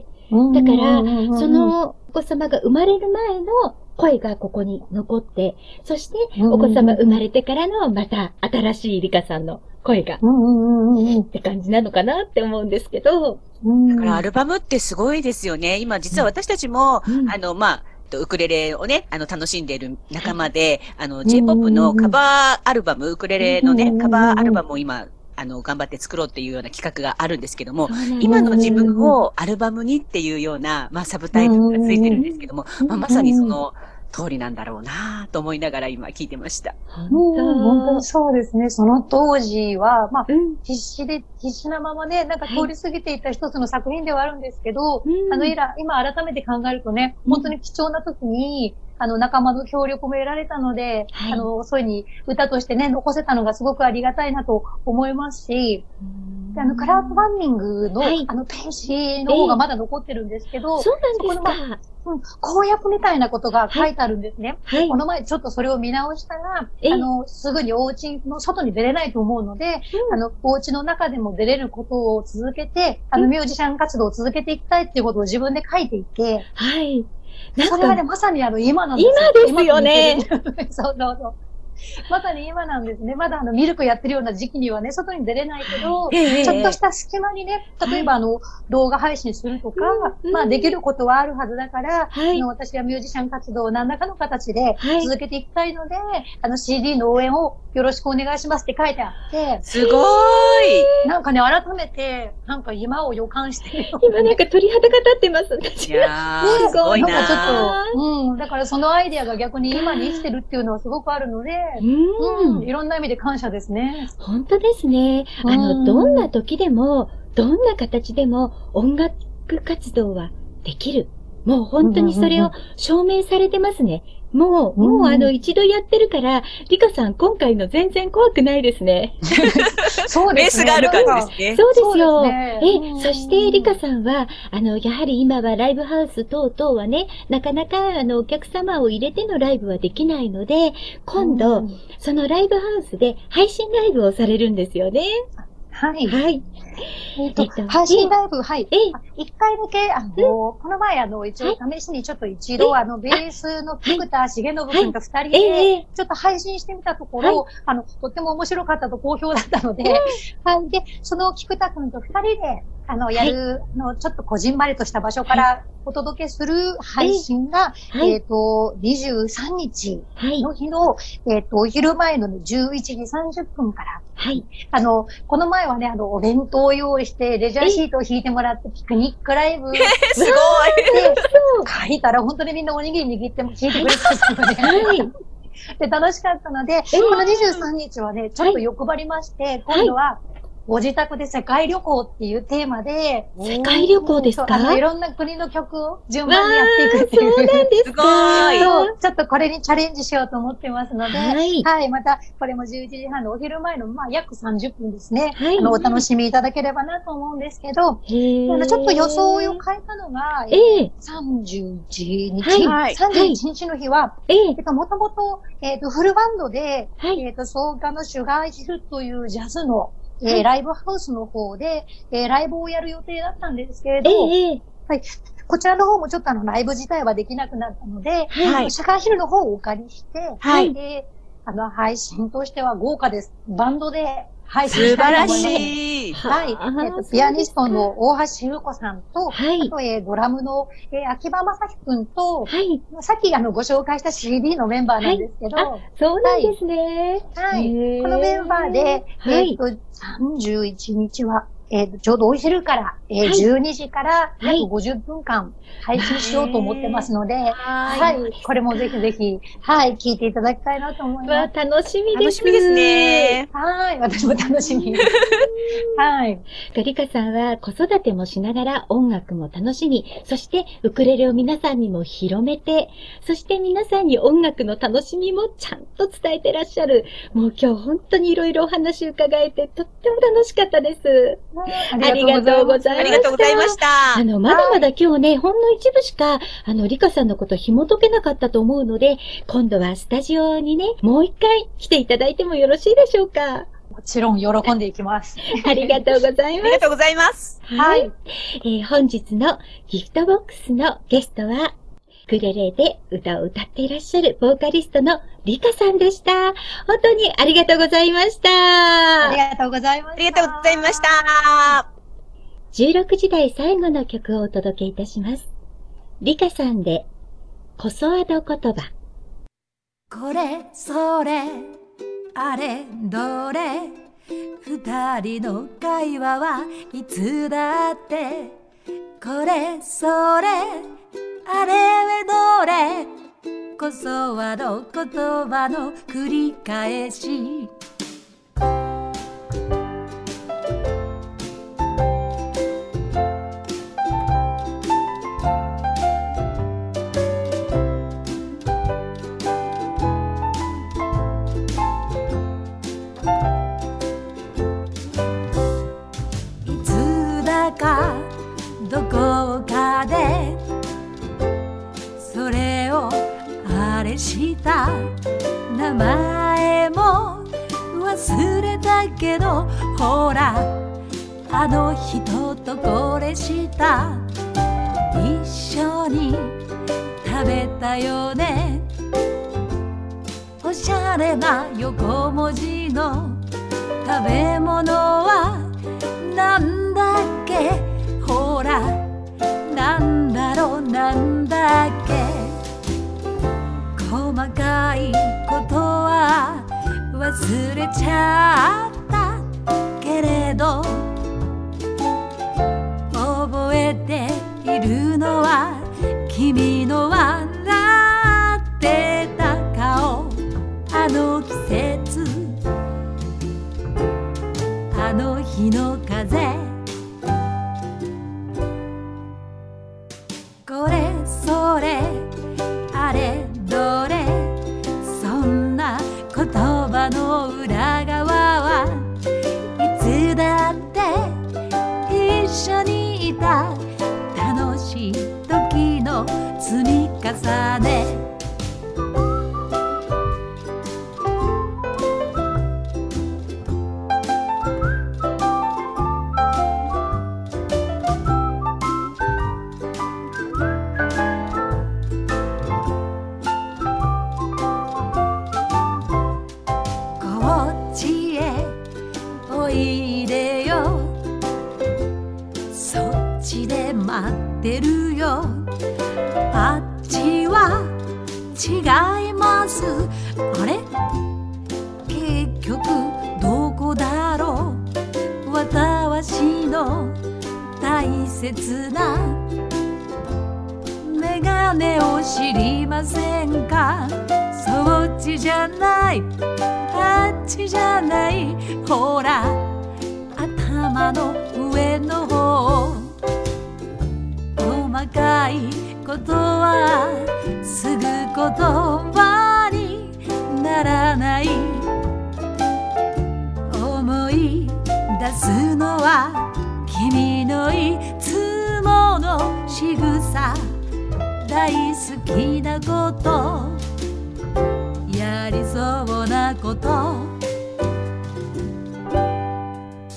だから、そのお子様が生まれる前の声がここに残って、そしてお子様生まれてからのまた新しいリカさんの声が、って感じなのかなって思うんですけど。 だからアルバムってすごいですよね。今実は私たちも、ウクレレをね、楽しんでいる仲間で、J-POP のカバーアルバム、ウクレレのね、カバーアルバムを今、頑張って作ろうっていうような企画があるんですけども、今の自分をアルバムにっていうような、サブタイトルがついてるんですけども、まさにその通りなんだろうなと思いながら今聞いてました。 本当にそうですね。その当時は、必死なままね、なんか通り過ぎていった一つの作品ではあるんですけど、今改めて考えるとね、本当に貴重な時に、仲間の協力も得られたので、そういうふうに歌としてね、残せたのがすごくありがたいなと思いますし、クラウドファンディングの、ページの方がまだ残ってるんですけど、 そうなんですか。 公約みたいなことが書いてあるんですね。この前ちょっとそれを見直したら、すぐにお家の外に出れないと思うので、お家の中でも出れることを続けて、ミュージシャン活動を続けていきたいっていうことを自分で書いていて、それはね、まさに今なんですよ。今ですよね。 そう。まさに今なんですね。まだミルクやってるような時期にはね、外に出れないけど、ちょっとした隙間にね、例えば動画配信するとか、できることはあるはずだから、私はミュージシャン活動を何らかの形で続けていきたいので、CD の応援をよろしくお願いしますって書いてあって。 すごーい！ なんかね、改めて、なんか今を予感してるよ。 今なんか鳥肌が立ってます。 いやー、すごいなー。 なんかちょっと、だからそのアイデアが逆に今に生きてるっていうのはすごくあるので、いろんな意味で感謝ですね。 本当ですね。どんな時でも、どんな形でも音楽活動はできる。もう本当にそれを証明されてますね。もう一度やってるから、リカさん今回の全然怖くないですね。 そうですね。 ベースがある感じですね。 そうですよ。そしてリカさんは、やはり今はライブハウス等々はね、なかなかお客様を入れてのライブはできないので、今度、そのライブハウスで配信ライブをされるんですよね。 はい。配信ライブ、一回だけ、この前、一応、試しにちょっと一度、ベースの菊田重信君と二人で、ちょっと配信してみたところ、とっても面白かったと好評だったので、で、その菊田君と二人で、やる、ちょっとこじんまりとした場所からお届けする配信が、23日の日の、お昼前の11時30分から、この前はね、お弁当を用意して、レジャーシートを引いてもらって、ピクニックライブ。 すごい書いたら本当にみんなおにぎり握っても聞いてくれたので、で、楽しかったので、この23日はね、ちょっと欲張りまして、今度は、ご自宅で世界旅行っていうテーマで、 世界旅行ですか？ いろんな国の曲を順番にやっていくっていう。 そうなんですか？ すごい。 ちょっとこれにチャレンジしようと思ってますので、また、これも11時半のお昼前の、約30分ですね。お楽しみいただければなと思うんですけど、ちょっと予想を変えたのが、31日。31日の日は、もともと、フルバンドで、草加のシュガーヒルというジャズのライブハウスの方で、ライブをやる予定だったんですけれど、はい。こちらの方もちょっとライブ自体はできなくなったので、社会ヒルの方をお借りして、で、配信としては豪華です。バンドで配信したいと思います。 素晴らしい。 はい。ピアニストの大橋優子さんと、あと、ドラムの、秋葉正樹くんと、さっきご紹介した CD のメンバーなんですけど、 そうなんですね。 はい。このメンバーで、31日は、ちょうどお昼から、12時から約50分間配信しようと思ってますので、はい。これもぜひぜひ、はい、聞いていただきたいなと思います。 楽しみです。 楽しみですね。 はい。私も楽しみ。はい。 リカさんは子育てもしながら音楽も楽しみ、そしてウクレレを皆さんにも広めて、そして皆さんに音楽の楽しみもちゃんと伝えてらっしゃる。もう今日本当にいろいろお話伺えてとっても楽しかったです。ありがとうございました。 ありがとうございました。 まだまだ今日ね、ほんの一部しか、リカさんのこと紐解けなかったと思うので、今度はスタジオにね、もう一回来ていただいてもよろしいでしょうか。 もちろん喜んでいきます。 ありがとうございます。 ありがとうございます。 はい。本日のギフトボックスのゲストは、ウクレレで歌を歌っていらっしゃるボーカリストのリカさんでした。本当にありがとうございました。 ありがとうございました。 ありがとうございました。 16時台最後の曲をお届けいたします。リカさんで、コソアド言葉。 これ、それ、あれ、どれ、二人の会話はいつだって、これ、それ、あれどれ、こそはの言葉の繰り返し。いつだかどこかでそれをあれした名前も忘れたけど、ほらあの人とこれした一緒に食べたよね。おしゃれな横文字の食べ物はなんだっけ、ほらなんだろうなんだっけ。細かいことは忘れちゃったけれど、覚えているのは君の笑ってた顔。あの季節、あの日の風、これそれあれどれ、そんな言葉の裏側はいつだって一緒にいた楽しい時の積み重ね。てるよ、あっちは違います。あれ結局どこだろう、私の大切なメガネを知りませんか。そっちじゃない、あっちじゃない、ほら頭の上の方。細かいことはすぐ言葉にならない。思い出すのは君のいつもの仕草。大好きなこと、やりそうなこと、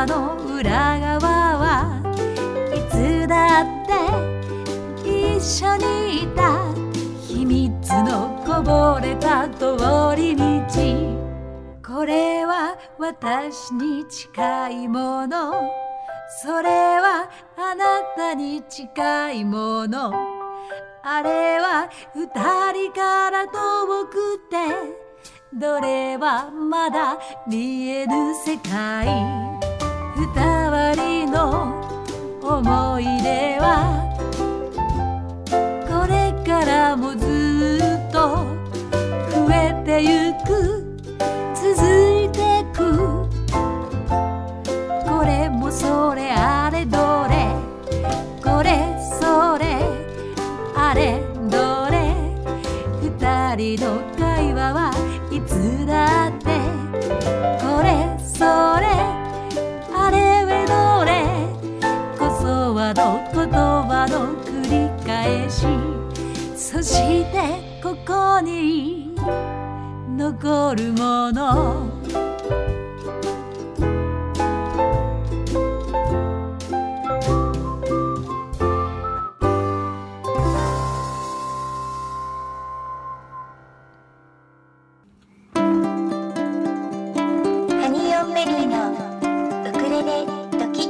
葉の裏側はいつだって一緒にいた秘密のこぼれた通り道。これは私に近いもの、それはあなたに近いもの、あれは二人から遠くて、どれはまだ見えぬ世界。二人の思い出はこれからもずっと増えてゆく、続いてく。これもそれあれどれ、これそれあれどれ、二人の会話はいつだってこれそれあれへどれ、こそはの言葉の繰り返し。そしてここに残るもの。 ハニーオンベリーのウクレレ時。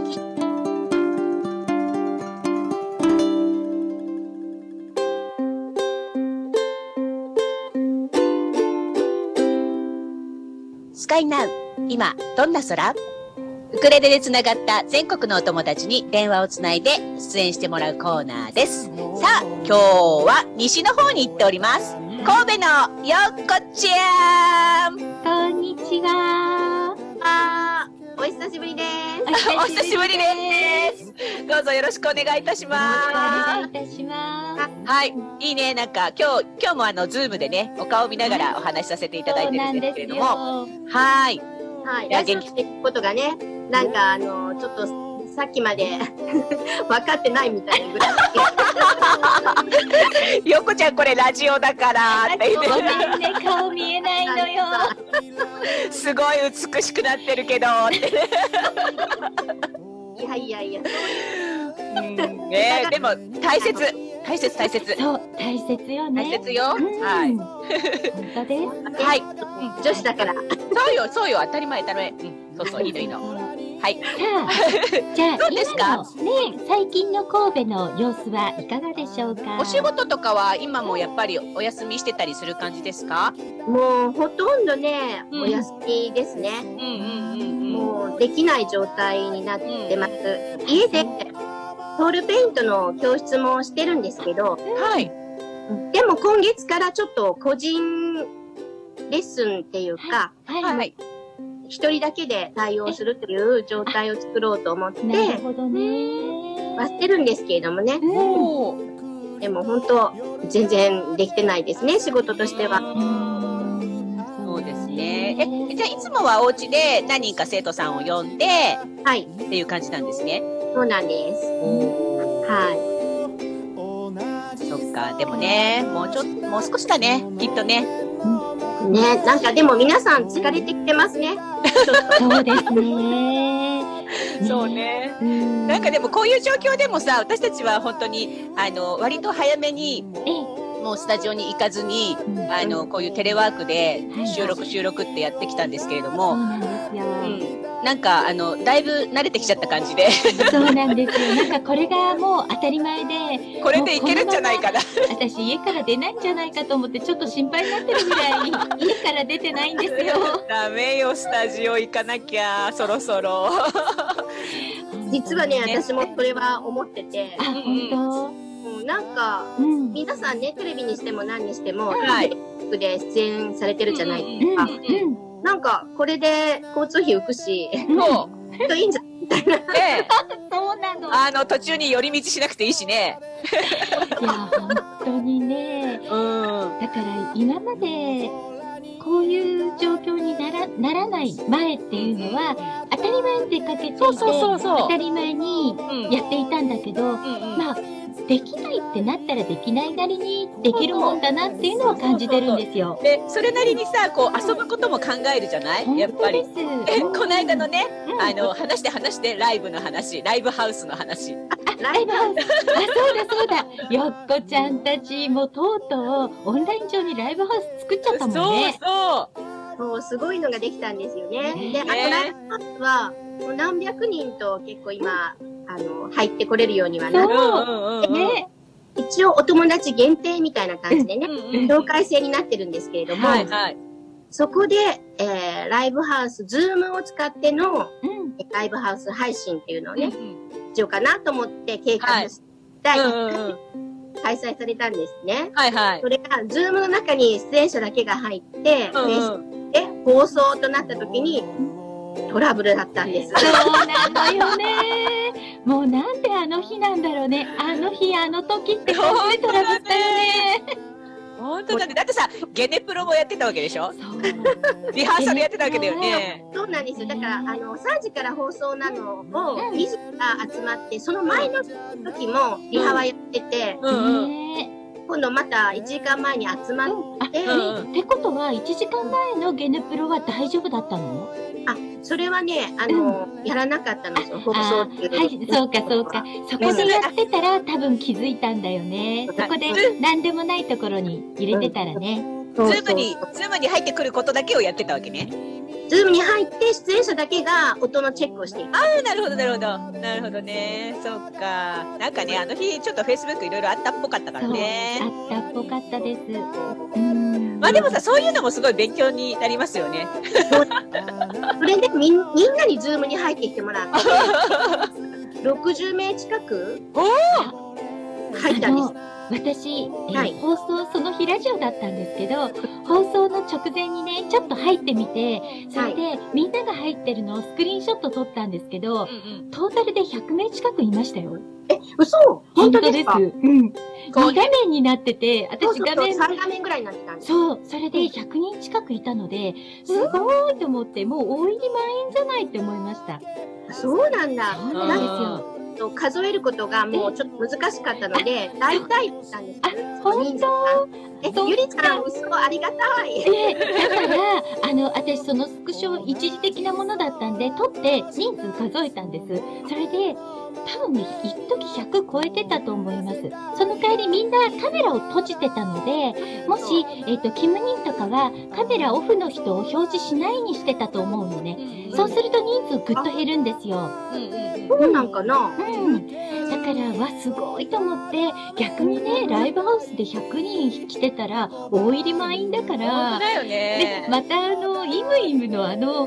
スカイナウ、今どんな空？ウクレレでつながった全国のお友達に電話をつないで出演してもらうコーナーです。さあ、今日は西の方に行っております。神戸のよっこちゃん。 こんにちは。 お久しぶりです。 お久しぶりです。どうぞよろしくお願いいたします。 お願いいたします。 はい、いいね。なんか今日もズームでね、お顔見ながらお話しさせていただいてるんですけれども、はい。 はい。ラジオってことがね、なんかちょっとさっきまで分かってないみたいなぐらい。 よこちゃんこれラジオだからって言って。 ごめんね、顔見えないのよ。 すごい美しくなってるけどって。 いや。 ね、でも大切。 そう、大切よね。 大切よ。はい。 本当です。 はい。 女子だから。 そうよ、当たり前。そう、いいの。はい。 さあ、じゃあ、 どうですか？ ね、最近の神戸の様子はいかがでしょうか？ お仕事とかは今もやっぱりお休みしてたりする感じですか？ もうほとんどね、お休みですね。もうできない状態になってます。家でトールペイントの教室もしてるんですけど、 はい。 でも今月からちょっと個人レッスンっていうか、 はい。 一人だけで対応するという状態を作ろうと思って、 なるほどね。 はしてるんですけれどもね。 おー。 でも本当、全然できてないですね、仕事としては。 そうですね。じゃあいつもはお家で何人か生徒さんを呼んで、 はい。 っていう感じなんですね。 そうなんです。はそっか、でもね、もう少しだね、きっとね。 い。ね、なんかでも皆さん疲れてきてますね。 そうですね。 そうね。なんかでもこういう状況でもさ、私たちは本当に、割と早めに、もうスタジオに行かずに、こういうテレワークで収録ってやってきたんですけれども、 そうなんですよ。 なんか、だいぶ慣れてきちゃった感じで。 そうなんですよ。なんかこれがもう当たり前で。 これでいけるんじゃないかな。 私家から出ないんじゃないかと思ってちょっと心配になってるぐらい家から出てないんですよ。 ダメよ、スタジオ行かなきゃ、そろそろ。 実はね、私もそれは思ってて。 あ、本当？ なんか、皆さんね、テレビにしても何にしても、 はい。 で出演されてるじゃないですか。なんか、これで交通費浮くし、 もう、いいんじゃんみたいな。 そうなの。 途中に寄り道しなくていいしね。 いや、本当にね。だから今まで、こういう状況にならない前っていうのは、当たり前に出かけていて、当たり前にやっていたんだけど、まあ、できないっってなったらできないなりにできるもんだなっていうのは感じてるんですよ。 で、それなりにさ、こう遊ぶことも考えるじゃないやっぱり。この間のね、話してライブの話、ライブハウスの話。 ライブハウス。そうだ。よっこちゃんたちもとうとうオンライン上にライブハウス作っちゃったもんね。 そう、すごいのができたんですよね。で、あとライブハウスは、もう何百人と結構今、入ってこれるようにはなって、ね、一応お友達限定みたいな感じでね、境界制になってるんですけれども、そこで、ライブハウス、ズームを使っての、ライブハウス配信っていうのをね、しようかなと思って計画して、第1回開催されたんですね。それが、ズームの中に出演者だけが入って、で、放送となった時に、トラブルだったんです。 そうなのよね。もうなんであの日なんだろうね。あの日、あの時って感じでトラブったよね。 本当だね。だってさ、ゲネプロもやってたわけでしょ？リハーサルやってたわけだよね。 そうなんですよ。だから、3時から放送なのを、2時から集まって、その前の時もリハはやってて、今度また1時間前に集まって、 ってことは、1時間前のゲネプロは大丈夫だったの？ それはね、やらなかったんですよ、放送っていう。 はい、そうか。そこでやってたら多分気づいたんだよね。そこで何でもないところに入れてたらね。 ズームに入ってくることだけをやってたわけね。 ズームに入って出演者だけが音のチェックをしていた。 なるほどね。そうか。なんかね、あの日ちょっと Facebook いろいろあったっぽかったからね。 あったっぽかったです。 まあでもさ、そういうのもすごい勉強になりますよね。 それでみんなにズームに入ってきてもらって、60名近く入ったんです。 私、放送、その日ラジオだったんですけど、放送の直前にね、ちょっと入ってみて、それで、みんなが入ってるのをスクリーンショット撮ったんですけど、トータルで100名近くいましたよ。 嘘？本当ですか？ 2画面になってて、私画面3画面ぐらいになってたんです。 そう、それで100人近くいたので、すごいと思って、もう大入り満員じゃないって思いました。 そうなんだ。 そうなんですよ。 数えることがもうちょっと難しかったので、大体なんです。 本当？ ゆりちゃん、嘘ありがたい。 だから、私そのスクショ一時的なものだったんで、撮って人数数えたんです。それで、多分ね、一時100超えてたと思います。その代わりみんなカメラを閉じてたので、もし、キムニンとかはカメラオフの人を表示しないにしてたと思うのね。そうすると人数ぐっと減るんですよ。 そうなんかな？ だから、すごいと思って、逆にね、ライブハウスで100人来てたら、大入り満員だから、 本当だよね。 で、またイムイムの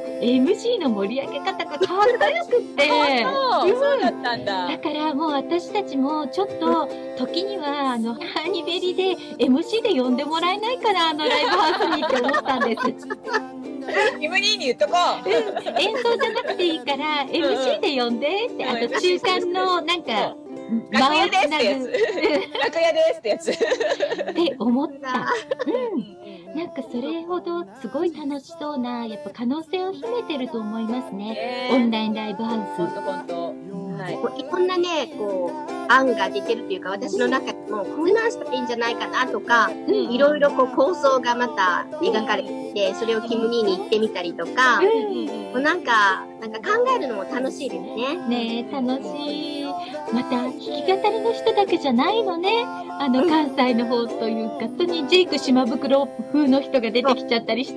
MC の盛り上げ方がかっこよくって。 そうだったんだ。 だからもう私たちもちょっと、時にはハニベリで MC で呼んでもらえないかな、ライブハウスにって思ったんです。 キムニーに言っとこう。 演奏じゃなくていいから、MC で呼んでって、あと中間のなんか、 楽屋ですってやつ。楽屋ですってやつ。 って思った。なんかそれほどすごい楽しそうな、やっぱ可能性を秘めてると思いますね。オンラインライブハウス。 本当。 はい。いろんなね、案が出てるというか、私の中でも、こういうのしたらいいんじゃないかなとか、いろいろ構想がまた描かれていて、それをキムニーに行ってみたりとか、なんか考えるのも楽しいですね。 ねえ、楽しい。また、弾き語りの人だけじゃないのね。関西の方というか、本当にジェイク島袋風の人が出てきちゃったりして、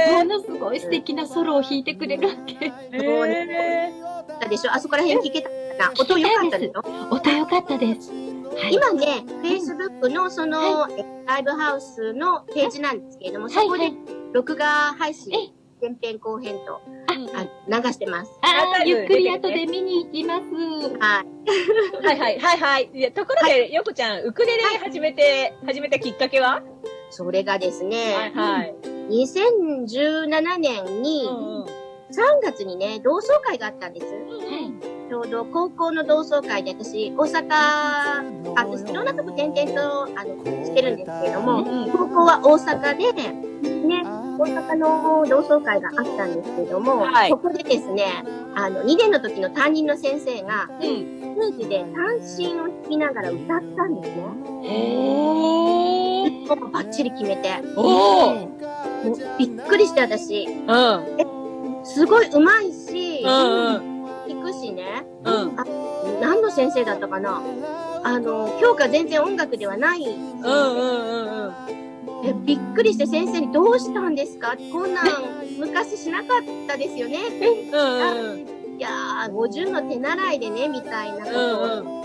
ものすごい素敵なソロを弾いてくれるわけ。 でしょ？あそこら辺聞けたかな？音良かったでしょ？ 音良かったです。 今ね、Facebook のライブハウスのページなんですけれども、そこで録画配信、前編後編と流してます。 ゆっくり後で見に行きます。 はい。ところで、よこちゃん、ウクレレ始めたきっかけは？ それがですね、2017年に3月にね、同窓会があったんです。 ちょうど高校の同窓会で私、私いろんなとこ転々と、してるんですけれども、高校は大阪で、ね、大阪の同窓会があったんですけれども、 はい、 そこでですね、2年の時の担任の先生が、ステージで三振を弾きながら歌ったんですね。バッチリ決めて。もうびっくりして私。すごい上手いし、弾くしね。何の先生だったかな？教科全然音楽ではない先生。びっくりして先生にどうしたんですか？こんなん昔しなかったですよね。いやー、50の手習いでね、みたいなことを。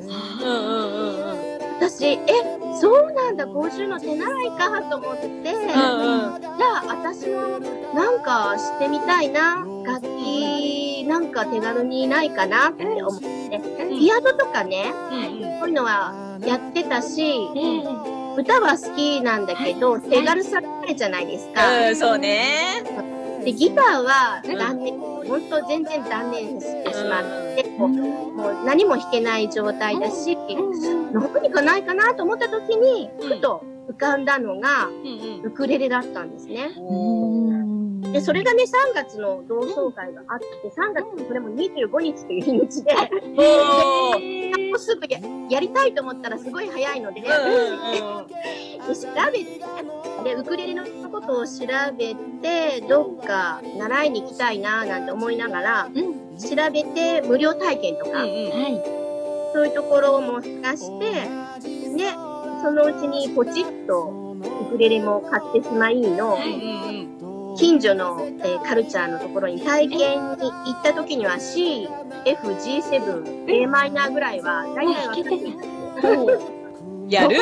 私、そうなんだ、50の手習いかと思って、じゃあ私もなんかしてみたいな、楽器なんか手軽にないかなって思って、ピアノとかね、そういうのはやってたし、歌は好きなんだけど、手軽さがあるじゃないですか。 そうね。 で、ギターは断念、本当全然断念してしまって、もう何も弾けない状態だし、何かないかなと思った時に、ふと浮かんだのが、ウクレレだったんですね。で、それがね、3月の同窓会があって、3月のそれも25日という日にちで、もうすぐやりたいと思ったらすごい早いので、で調べて、で、ウクレレのことを調べて、どっか習いに行きたいなぁなんて思いながら、調べて無料体験とか、そういうところも探して、で、そのうちにポチッとウクレレも買ってしまいの、近所の、カルチャーのところに体験に行った時には C、F、G7、A マイナーぐらいは大体分かっていた。 やる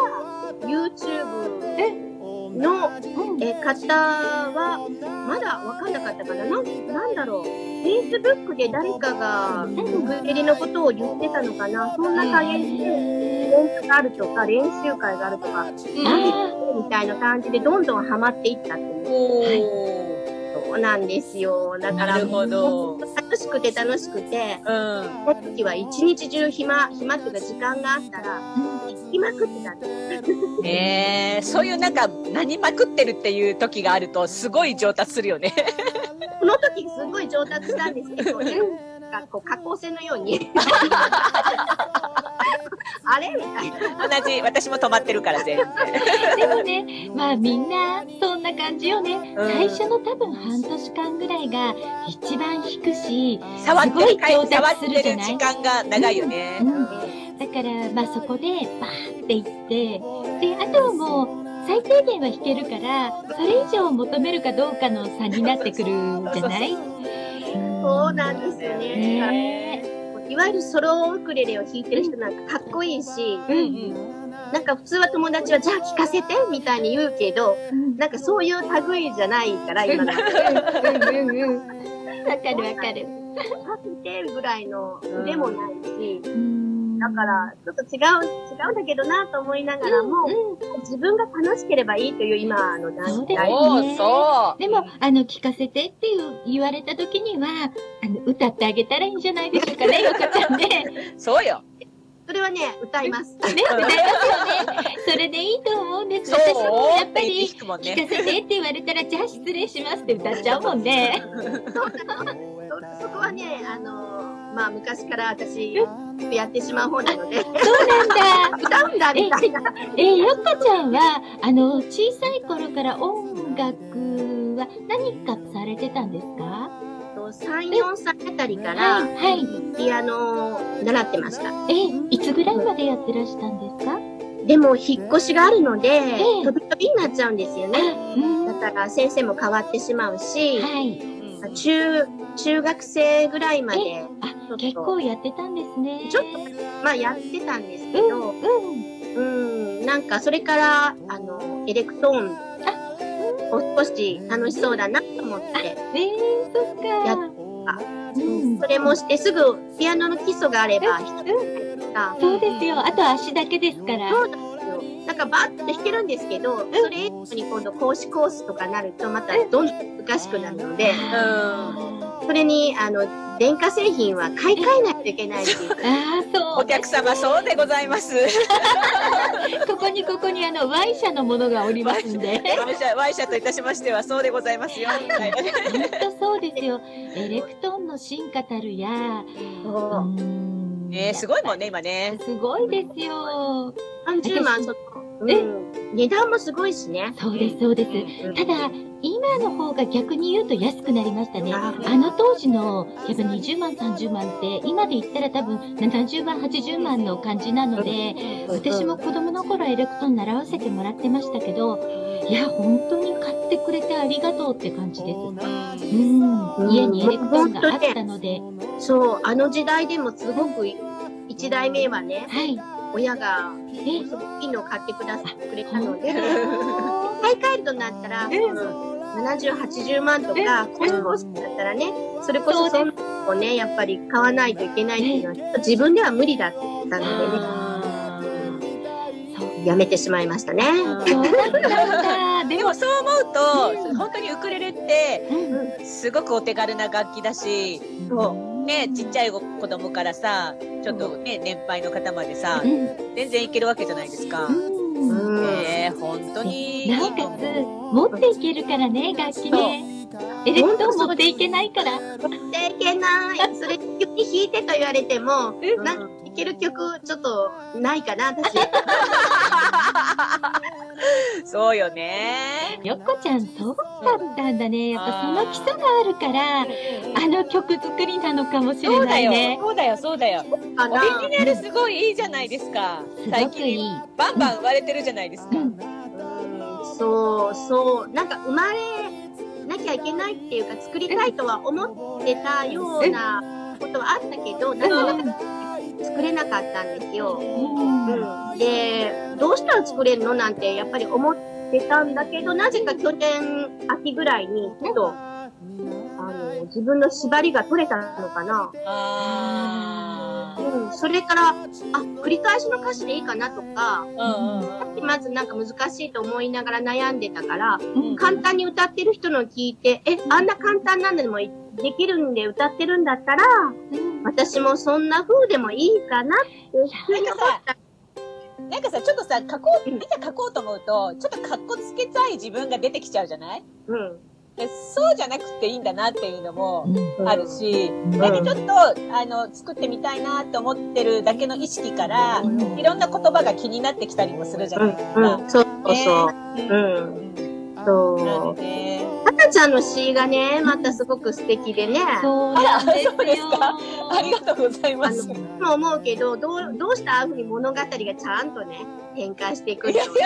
！YouTube の、方はまだ分かんなかったかな。なんだろう。Facebook で誰かがウクレレのことを言ってたのかな。そんな感じで、イベントがあるとか、練習会があるとか、みたいな感じでどんどんハマっていったっていう。そうなんですよ。だから、楽しくて、その時は一日中暇っていうか時間があったら、弾きまくってたんです。 そういうなんか、何まくってるっていう時があると、すごい上達するよね。 この時すごい上達したんですけど、下降線のように。あれみたいな。 同じ、私も止まってるから全然。 でもね、まあみんなそんな感じよね。最初の多分半年間ぐらいが一番弾くし、すごい上達するじゃない？ 時間が長いよね。 だから、まあそこでバーっていって、で、あとはもう、最低限は弾けるから、それ以上求めるかどうかの差になってくるじゃない？ そうなんですよね。いわゆるソロウクレレを弾いてる人なんかかっこいいし、なんか普通は友達はじゃあ聴かせてみたいに言うけど、なんかそういう類じゃないから、今の。わかる。 聴かせてぐらいの腕もないし、だから、ちょっと違うんだけどなと思いながらも、自分が楽しければいいという今の段階。 でも、聞かせてって言われた時には、歌ってあげたらいいんじゃないでしょうかね、よかちゃんね。 そうよ。 それはね、歌います。 ね、歌いますよね。それでいいと思うんです。私もやっぱり、聞かせてって言われたら、じゃあ失礼しますって歌っちゃうもんね。 そこはね、まあ昔から私、やってしまう方なので。そうなんだ。 歌うんだ、みたいな。 よかちゃんは、小さい頃から音楽は何かされてたんですか ？3、4歳あたりから、ピアノを習ってました。 いつぐらいまでやってらしたんですか？ でも、引っ越しがあるので、飛び飛びになっちゃうんですよね。だから、先生も変わってしまうし、中学生ぐらいまで。 結構やってたんですね。 ちょっと、まあやってたんですけど、なんかそれから、エレクトーンを少し楽しそうだなと思って、 そっか。 やった。それもしてすぐピアノの基礎があれば弾けるとか。 そうですよ。あと足だけですから。 そうなんですよ。なんかバーッと弾けるんですけど、それ以上に今度講師コースとかなるとまたどんどん難しくなるので、 それに、電化製品は買い替えないといけないっていう。 そう。 お客様、そうでございます。 ここに Y 社のものがおりますんで。 Y 社といたしましては、そうでございますよ。 本当そうですよ。エレクトーンの進化たるや。 すごいもんね、今ね。 すごいですよ。 30万、値段もすごいしね。 そうです、そうです。ただ、今の方が逆に言うと安くなりましたね。当時の、やっぱ20万、30万って、今で言ったら多分70万、80万の感じなので、私も子供の頃エレクトーン習わせてもらってましたけど、いや、本当に買ってくれてありがとうって感じです。家にエレクトーンがあったので。 そう、時代でもすごく、1代目はね、親が、すごくいいのを買ってくれたので、買い替えるとなったら、70、80万とか、コスコスだったらね、それこそそんなのをね、やっぱり買わないといけないっていうのは、ちょっと自分では無理だったのでね、やめてしまいましたね。 でもそう思うと、本当にウクレレって、すごくお手軽な楽器だし、ね、ちっちゃい子供からさ、ちょっとね、年配の方までさ、全然いけるわけじゃないですか。本当に。 なおかつ、持っていけるからね、楽器ね。エレクトーン持っていけないから。 持っていけない。それ、急に弾いてと言われても、いける曲、ちょっと、ないかな、私。 そうよね。 よっこちゃん、そうだったんだね。やっぱその基礎があるから、曲作りなのかもしれないね。 そうだよ。オリジナルすごいいいじゃないですか。最近、バンバン生まれてるじゃないですか。 そう。なんか生まれなきゃいけないっていうか、作りたいとは思ってたようなことはあったけど、なかなか作れなかったんですよ。で、どうしたら作れるのなんてやっぱり思ってたんだけど、なぜか去年秋ぐらいにちょっと、自分の縛りが取れたのかな。それから、繰り返しの歌詞でいいかなとか、まずなんか難しいと思いながら悩んでたから、簡単に歌ってる人の聞いて、あんな簡単なのでもできるんで歌ってるんだったら、私もそんな風でもいいかなってなんかさ、ちょっとさ、書こうと思うと、ちょっとかっこつけたい自分が出てきちゃうじゃない？そうじゃなくていいんだなっていうのもあるし、なんかちょっと、作ってみたいなって思ってるだけの意識から、いろんな言葉が気になってきたりもするじゃないですか。 そう。赤ちゃんの詩がね、またすごく素敵でね。 そうなんですよ。 そうですか。ありがとうございます。 も思うけど、どうしてああいうふうに物語がちゃんとね、展開していくの？ いや。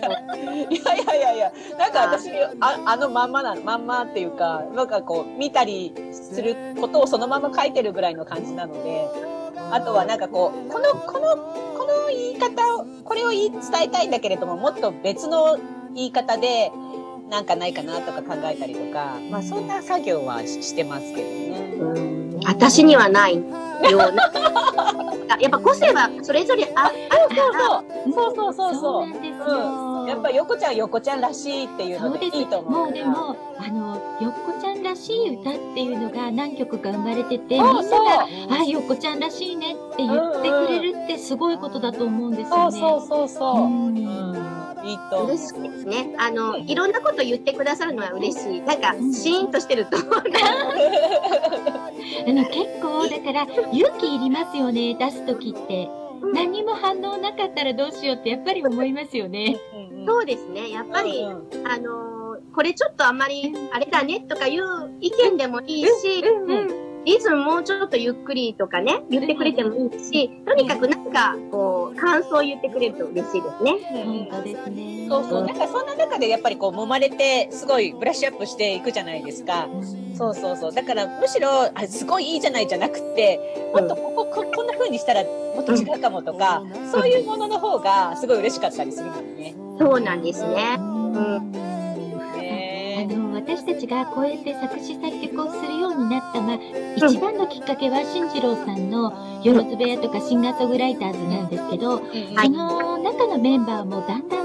なんか私、まんまっていうか、なんかこう、見たりすることをそのまま書いてるぐらいの感じなので、あとはなんかこう、この言い方を、これを伝えたいんだけれども、もっと別の言い方で、なんかないかなとか考えたりとか、まあそんな作業はしてますけどね。 私にはないような。やっぱ個性はそれぞれあるから。 そう。やっぱ横ちゃんらしいっていうのでいいと思う。 もうでも、よっこちゃんらしい歌っていうのが何曲か生まれてて、みんなが、よっこちゃんらしいねって言ってくれるってすごいことだと思うんですよね。 そう。いいと。 嬉しいですね。いろんなこと言ってくださるのは嬉しい。なんか、シーンとしてると。 結構、だから、勇気いりますよね、出すときって。何も反応なかったらどうしようってやっぱり思いますよね。 そうですね。やっぱり、これちょっとあんまり、あれだねとかいう意見でもいいし、リズムもうちょっとゆっくりとかね、言ってくれてもいいし、とにかくなんか、こう、感想を言ってくれると嬉しいですね。 本当ですね。 そう。なんかそんな中でやっぱりこう、揉まれて、すごいブラッシュアップしていくじゃないですか。そう。だからむしろ、すごいいいじゃないじゃなくて、もっとこんな風にしたらもっと違うかもとか、そういうものの方がすごい嬉しかったりするもんね。 そうなんですね。 私たちがこうやって作詞作曲をするようになった、一番のきっかけは進次郎さんのよろず部屋とかシンガーソングライターズなんですけど、その中のメンバーもだんだん変わって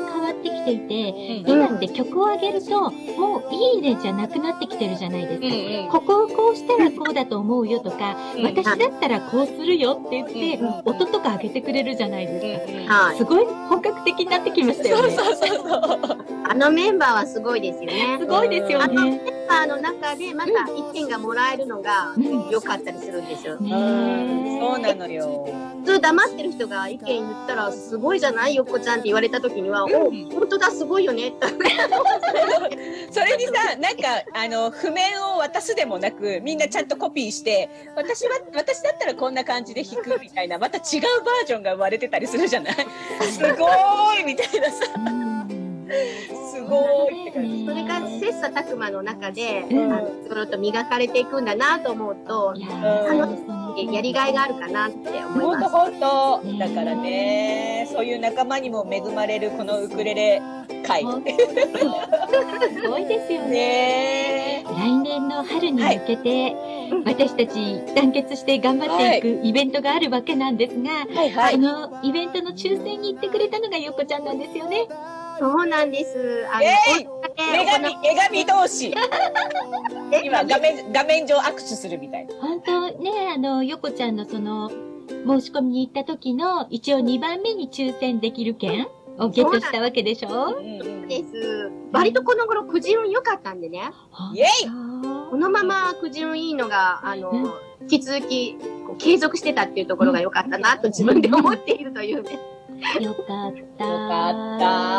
ってきていて、今って曲を上げると、もういいねじゃなくなってきてるじゃないですか。ここをこうしたらこうだと思うよとか、私だったらこうするよって言って、音とか上げてくれるじゃないですか。すごい本格的になってきましたよね。 あのメンバーはすごいですよね。 すごいですよね。 あのメンバーの中でまた意見がもらえるのが良かったりするんですよ。 そうなのよ。 普通黙ってる人が意見言ったらすごいじゃないよっこちゃんって言われた時には、お、本当だすごいよねって。 それにさ、なんか譜面を渡すでもなく、みんなちゃんとコピーして、私だったらこんな感じで弾くみたいな、また違うバージョンが生まれてたりするじゃない。すごーいみたいなさ。すごいって感じ。 それが切磋琢磨の中で、いろいろと磨かれていくんだなと思うと、やりがいがあるかなって思います。 本当だからね、そういう仲間にも恵まれるこのウクレレ会。すごいですよね。来年の春に向けて、私たち団結して頑張っていくイベントがあるわけなんですが、そのイベントの抽選に行ってくれたのがよっこちゃんなんですよね。 そうなんです。 女神同士。今画面上握手するみたいな。 本当ね、よこちゃんのその申し込みに行った時の一応2番目に抽選できる券をゲットしたわけでしょ。 そうです。割とこの頃くじ運良かったんでね。 イェイ。 このままくじ運いいのが引き続き継続してたっていうところが良かったなと自分で思っているというね。 よかった。 よかった。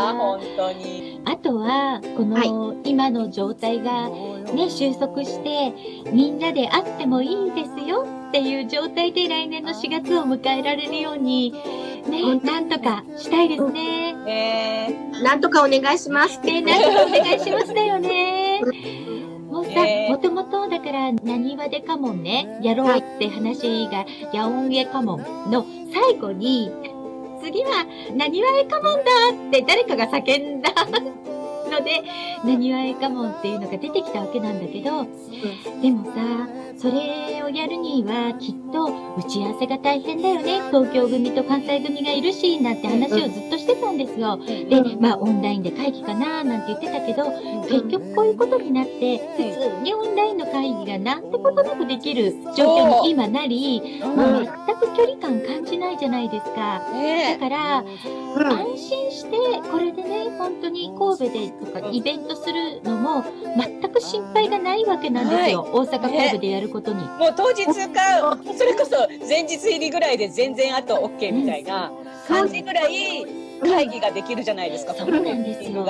本当に。 あとは、この、今の状態がね、収束して、みんなで会ってもいいですよっていう状態で来年の4月を迎えられるように、ね、なんとかしたいですね。 なんとかお願いします。 なんとかお願いしますだよね。もうさ、もともとだから、なにわでかもんね、やろうって話が、やおんえかもんの最後に、次は、なにわえかもんだって誰かが叫んだので、なにわえかもんっていうのが出てきたわけなんだけど、でもさ、それをやるにはきっと打ち合わせが大変だよね。東京組と関西組がいるし、なんて話をずっとしてたんですよ。で、オンラインで会議かななんて言ってたけど、結局こういうことになって、普通にオンラインの会議がなんてことなくできる状況に今なり、全く距離感感じないじゃないですか。だから、安心して、これでね、本当に神戸でとかイベントするのも全く心配がないわけなんですよ。大阪、神戸でやることに。 もう当日か、それこそ前日入りぐらいで全然あと OK みたいな感じぐらい会議ができるじゃないですか。 そうなんですよ。 細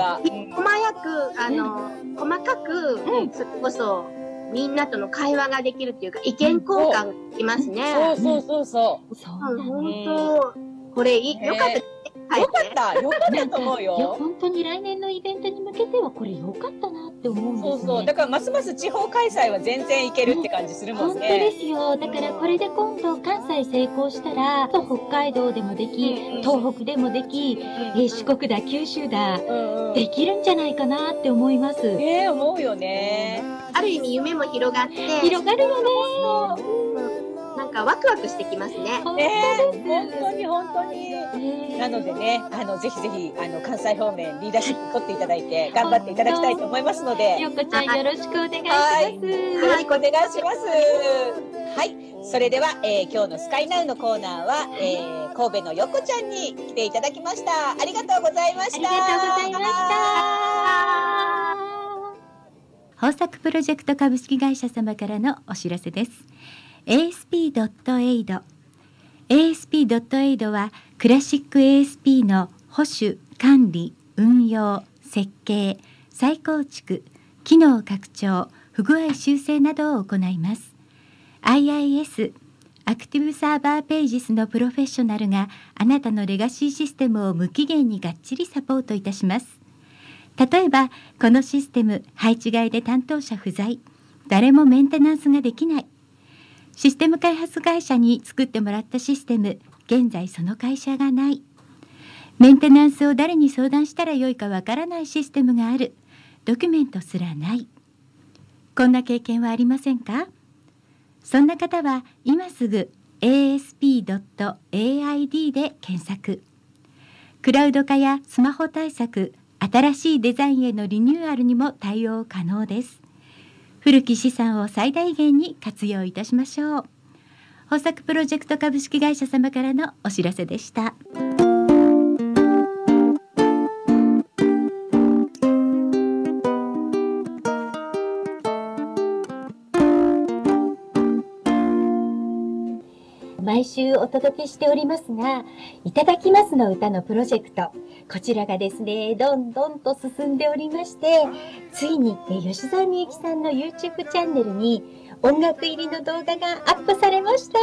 かく、それこそみんなとの会話ができるっていうか、意見交換ができますね。 そう。 本当、これよかった。 よかったと思うよ。 いや、本当に来年のイベントに向けてはこれ良かったなって思うんですね。 だからますます地方開催は全然いけるって感じするもんね。 本当ですよ。だからこれで今度関西成功したら、北海道でもでき、東北でもでき、四国だ、九州だ、できるんじゃないかなって思います。 思うよね。 ある意味夢も広がって。 広がるよね。 なんかワクワクしてきますね。 本当に。なのでね、ぜひぜひ、関西方面リーダーシップ取っていただいて、頑張っていただきたいと思いますので。 よっこちゃんよろしくお願いします。 よろしくお願いします。はい。それでは、今日のスカイナウのコーナーは、神戸のよっこちゃんに来ていただきました。ありがとうございました。 ありがとうございました。豊作プロジェクト株式会社様からのお知らせです。ASP.AID はクラシック ASP の保守、管理、運用、設計、再構築、機能拡張、不具合修正などを行います。IIS、アクティブサーバーページスのプロフェッショナルがあなたのレガシーシステムを無期限にがっちりサポートいたします。例えば、このシステム、配置外で担当者不在、誰もメンテナンスができない。システム開発会社に作ってもらったシステム、現在その会社がない。メンテナンスを誰に相談したらよいかわからないシステムがある。ドキュメントすらない。こんな経験はありませんか？そんな方は今すぐ ASP.AID で検索。クラウド化やスマホ対策、 新しいデザインへのリニューアルにも対応可能です。古き資産を最大限に活用いたしましょう。豊作プロジェクト株式会社様からのお知らせでした。毎週お届けしておりますが、いただきますの歌のプロジェクト、こちらがですね、どんどんと進んでおりまして、ついに吉沢みゆきさんの YouTube チャンネルに音楽入りの動画がアップされました。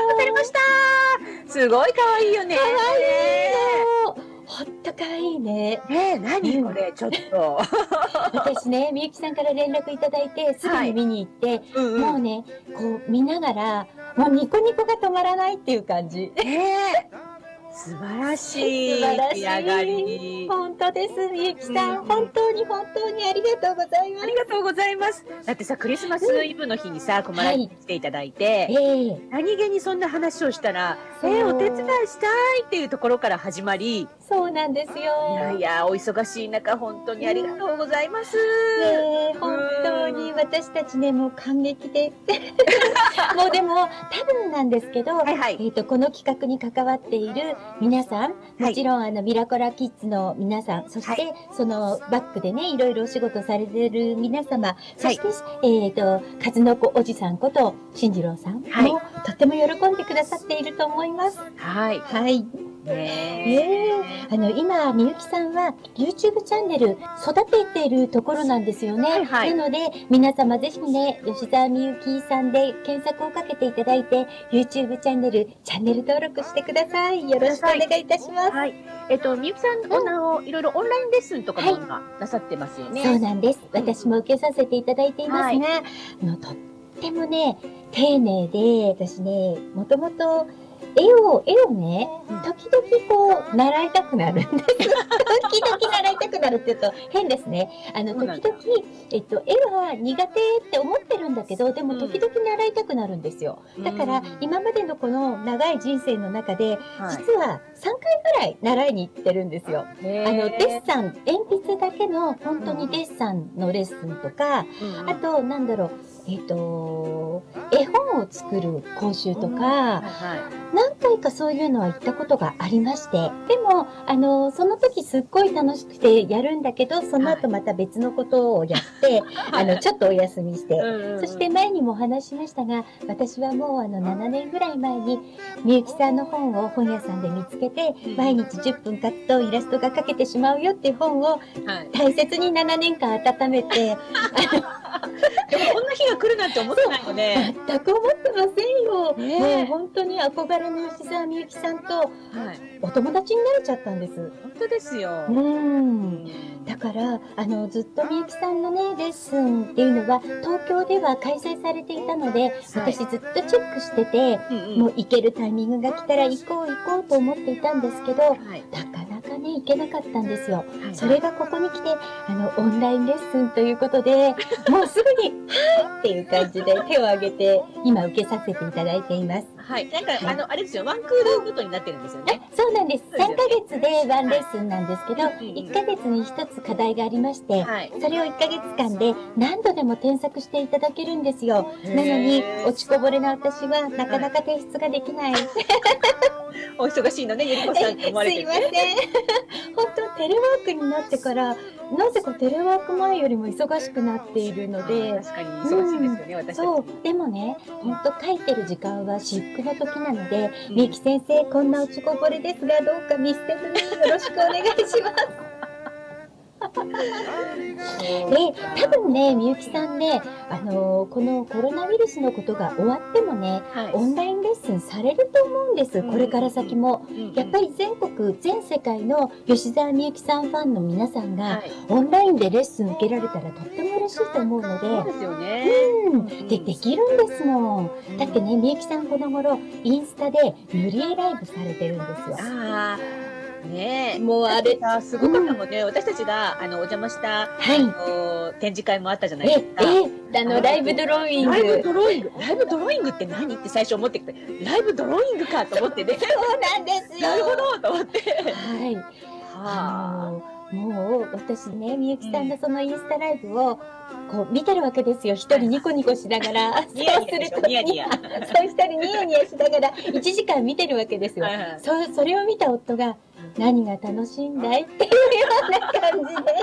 すごい可愛いよね。 可愛いよ。ほんと可愛いね。 何これ、ちょっと。 私ね、みゆきさんから連絡いただいて、すぐに見に行って、もうね、こう見ながら、もうニコニコが止まらないっていう感じ。 素晴らしい。 素晴らしい。 仕上がり。 本当です、みゆきさん。本当に本当にありがとうございます。 ありがとうございます。だってさ、クリスマスイブの日にさ、小村に来ていただいて、何気にそんな話をしたら、お手伝いしたいっていうところから始まり、 そうなんですよ。 いや、お忙しい中、本当にありがとうございます。 本当に私たちね、もう感激で。もうでも、多分なんですけど、この企画に関わっている皆さん、もちろんミラコラキッズの皆さん、そして、そのバックでね、いろいろお仕事されている皆様、そして、数の子おじさんこと進次郎さんも、とっても喜んでくださっていると思います。今、みゆきさんは YouTube チャンネル育てているところなんですよね。なので、皆様ぜひね、吉沢みゆきさんで検索をかけていただいて、YouTube チャンネル登録してください。よろしくお願いいたします。 みゆきさん、いろいろオンラインレッスンとかも今なさってますよね。 そうなんです。私も受けさせていただいていますが、とってもね、丁寧で、私ね、もともと、絵をね、時々こう、習いたくなるんです。時々習いたくなるって言うと変ですね。時々、絵は苦手って思ってるんだけど、でも時々習いたくなるんですよ。だから、今までのこの長い人生の中で、実は3回ぐらい習いに行ってるんですよ。デッサン、鉛筆だけの本当にデッサンのレッスンとか、あと、なんだろう、絵本を作る講習とか、何回かそういうのは行ったことがありまして、でも、その時すっごい楽しくてやるんだけど、その後また別のことをやって、ちょっとお休みして、そして前にもお話ししましたが、私はもう7年ぐらい前に、みゆきさんの本を本屋さんで見つけて、毎日10分書くとイラストが描けてしまうよっていう本を大切に7年間温めて、 でもこんな日が来るなんて思ってないよね。 全く思ってませんよ。もう本当に憧れの吉沢みゆきさんとお友達になれちゃったんです。 本当ですよ。 だからずっとみゆきさんのねレッスンっていうのは東京では開催されていたので、私ずっとチェックしてて、もう行けるタイミングが来たら行こうと思っていたんですけど、なかなかね行けなかったんですよ。それがここに来てオンラインレッスンということで、もうすぐにはいっていう感じで手を挙げて今受けさせていただいています。 なんかあれですよ、ワンクールごとになってるんですよね。 そうなんです。3ヶ月でワンレッスンなんですけど、1ヶ月に1つ課題がありまして、それを1ヶ月間で何度でも添削していただけるんですよ。なのに落ちこぼれな私はなかなか提出ができない。 お忙しいのね、ゆりこさんって思われてる。 すいません。本当テレワークになってから、なぜかテレワーク前よりも忙しくなっているので。 確かに忙しいですよね、私たち。そう。 でもね、本当書いてる時間は至福の時なので、みゆき先生、こんな落ちこぼれですが、どうか見捨てずによろしくお願いします。多分ね、みゆきさんね、このコロナウイルスのことが終わってもね、オンラインレッスンされると思うんです、これから先も。やっぱり全国、全世界の吉沢みゆきさんファンの皆さんが、オンラインでレッスン受けられたらとっても嬉しいと思うので、 そうですよね。 できるんですもん。だってね、みゆきさんこの頃、インスタで塗り絵ライブされてるんですよ。 ねえ。 もうあれさ、すごかったもんね。私たちが、お邪魔した、展示会もあったじゃないですか。 ライブドローイング。 ライブドローイングって何って最初思ってきて、ライブドローイングかと思ってね。 そうなんですよ。 なるほどと思って。 もう、私ね、みゆきさんのそのインスタライブを、こう、見てるわけですよ。一人ニコニコしながら。 ニヤニヤでしょ、ニヤニヤ。 そう、一人ニヤニヤしながら、1時間見てるわけですよ。それを見た夫が、何が楽しいんだいっていうような感じで。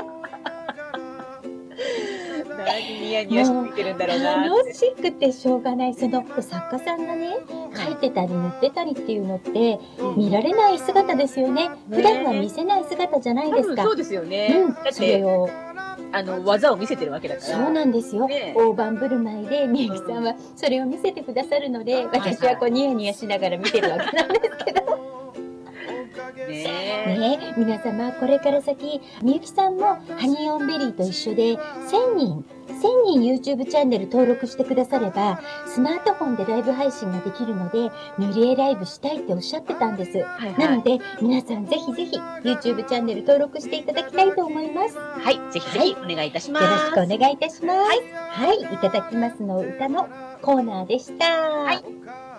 何ニヤニヤして見てるんだろうな。 楽しくてしょうがない。その作家さんがね、書いてたり塗ってたりっていうのって、見られない姿ですよね。普段は見せない姿じゃないですか。 そうですよね。だってそれを技を見せてるわけだから。 そうなんですよ。大盤振る舞いで、みゆきさんはそれを見せてくださるので、私はこうニヤニヤしながら見てるわけなんですけど。ね、皆様、これから先、みゆきさんもハニーオンベリーと一緒で、1000人 YouTube チャンネル登録してくだされば、スマートフォンでライブ配信ができるので、塗り絵ライブしたいっておっしゃってたんです。なので、皆さんぜひぜひ YouTube チャンネル登録していただきたいと思います。 はい、ぜひぜひお願いいたします。 よろしくお願いいたします。はい、いただきますの歌のコーナーでした。はい。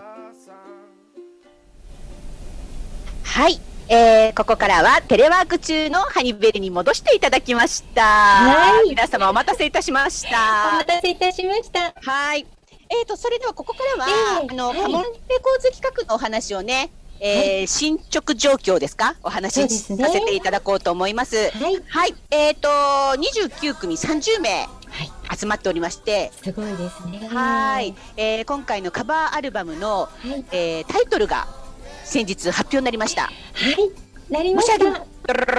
はい。ここからはテレワーク中のハニベリに戻していただきました。はい。皆様お待たせいたしました。 お待たせいたしました。 はい。それではここからは、カモンレコーズ企画のお話をね、進捗状況ですか？お話しさせていただこうと思います。はい。はい。29組30名。集まっておりまして。 すごいですね。 はい。今回のカバーアルバムの、タイトルが、先日発表になりました。 はい、なりました。 ウクレ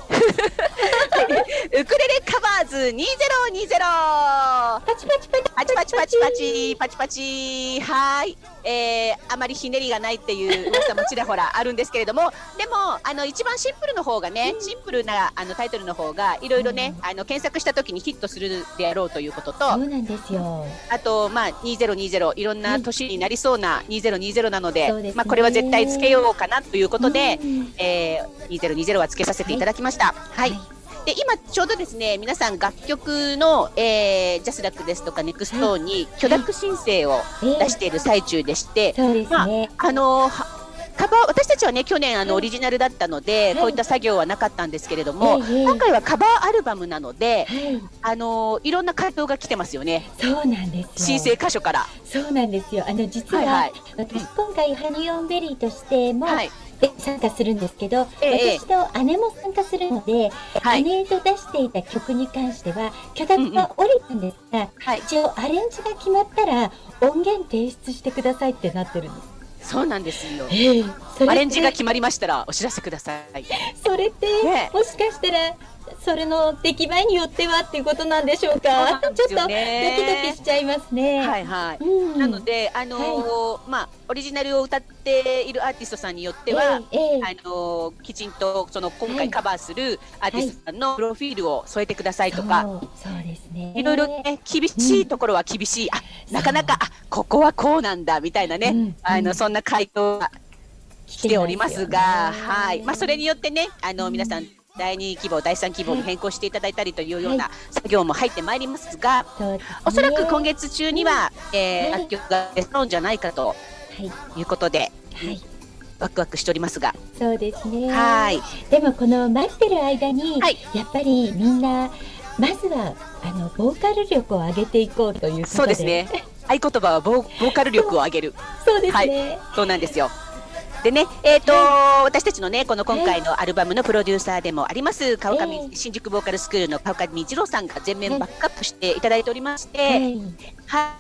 レカバーズ2020。 パチパチパチパチパチパチパチパチパチ。はい。あまりひねりがないっていう噂もちらほらあるんですけれども、でも一番シンプルの方がね、シンプルなタイトルの方がいろいろね、検索した時にヒットするであろうということと、 そうなんですよ。 あとまあ2020、いろんな年になりそうな2020なので、まあこれは絶対つけようかなということで、2020はつけさせていただきました。はい。で今ちょうどですね、皆さん楽曲の、ジャスラックですとかネクストに許諾申請を出している最中でして、 そうですね。 カバー、私たちはね去年オリジナルだったので、こういった作業はなかったんですけれども、今回はカバーアルバムなので、いろんな回答が来てますよね。 そうなんです申請箇所から。 そうなんですよ。実は、私今回ハニーオンベリーとしても、参加するんですけど、私と姉も参加するので、姉と出していた曲に関しては許諾が下りたんですが、一応アレンジが決まったら音源提出してくださいってなってるんです。 そうなんですよ。アレンジが決まりましたらお知らせください。 それって、もしかしたらそれの出来栄えによってはっていうことなんでしょうか。ちょっとドキドキしちゃいますね。 はいはい。なのでまあオリジナルを歌っているアーティストさんによっては、きちんとその今回カバーするアーティストさんのプロフィールを添えてくださいとか、 そうですね。 いろいろね厳しいところは厳しい、なかなかここはこうなんだみたいなね、そんな回答が来ておりますが、はい。まあそれによってね皆さん第2希望、第3希望に変更していただいたりというような作業も入ってまいりますが、おそらく今月中には楽曲が出そうじゃないかということで、ワクワクしておりますが。 そうですね。はい。でもこの待ってる間に、やっぱりみんなまずはボーカル力を上げていこうということで。 そうですね。合言葉はボーカル力を上げる。 そうですね。 そうなんですよ。でね、私たちのね、この今回のアルバムのプロデューサーでもあります、新宿ボーカルスクールの川上二郎さんが全面バックアップしていただいておりまして、はい、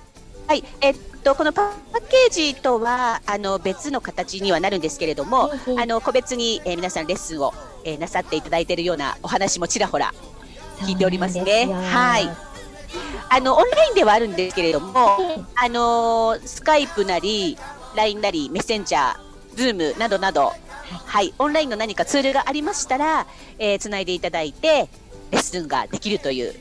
このパッケージとは別の形にはなるんですけれども、個別に、皆さんレッスンを、なさっていただいているようなお話もちらほら聞いておりますね。はい。オンラインではあるんですけれども、スカイプなり LINE なりメッセンジャーズームなどなど、はい、オンラインの何かツールがありましたら、つないでいただいてレッスンができるという、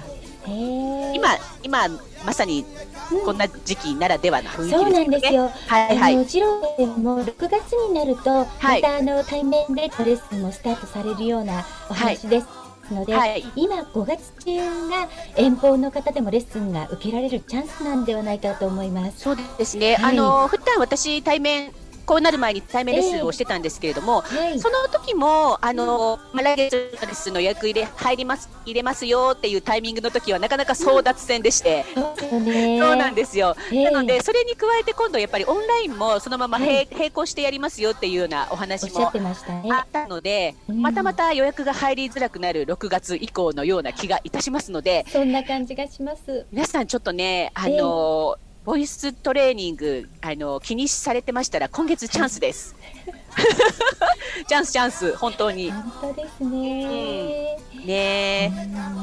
今まさにこんな時期ならではな雰囲気ですね。 そうなんですよ。もちろんもう6月になると、また対面でレッスンもスタートされるようなお話です。ので、今5月中が遠方の方でもレッスンが受けられるチャンスなんではないかと思います。 そうですね。普段私対面コロナになる前に対面レッスンをしてたんですけれども、その時も来月のレッスンの予約入れますよっていうタイミングの時はなかなか争奪戦でして、そうなんですよ。なのでそれに加えて今度やっぱりオンラインもそのまま並行してやりますよっていうようなお話もあったので、また予約が入りづらくなる6月以降のような気がいたしますので、 そんな感じがします。 皆さんちょっとね、ボイストレーニング気にされてましたら今月チャンスです。チャンス本当に。 本当ですね。 ね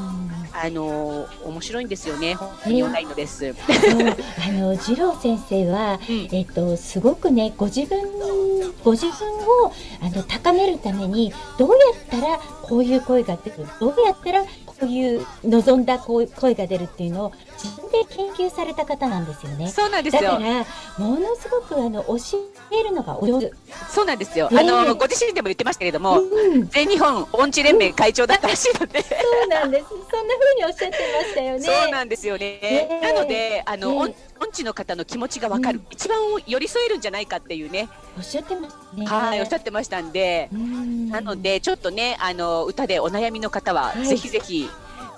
面白いんですよね。オンラインのレッスン。 次郎先生は、すごくね、ご自分を高めるためにどうやったらこういう声が出る、どうやったらこういう望んだ声が出るっていうのを自分で研究された方なんですよね。 そうなんですよ。 だからものすごく教えるのがお上手。 そうなんですよ。ご自身でも言ってましたけれども、全日本音痴連盟会長だったらしいので、 そうなんです。そんな風におっしゃってましたよね。 そうなんですよね。なので音痴の方の気持ちが分かる、一番寄り添えるんじゃないかっていうね、 おっしゃってましたね。 はい、おっしゃってましたんで、なのでちょっとね、歌でお悩みの方はぜひぜひ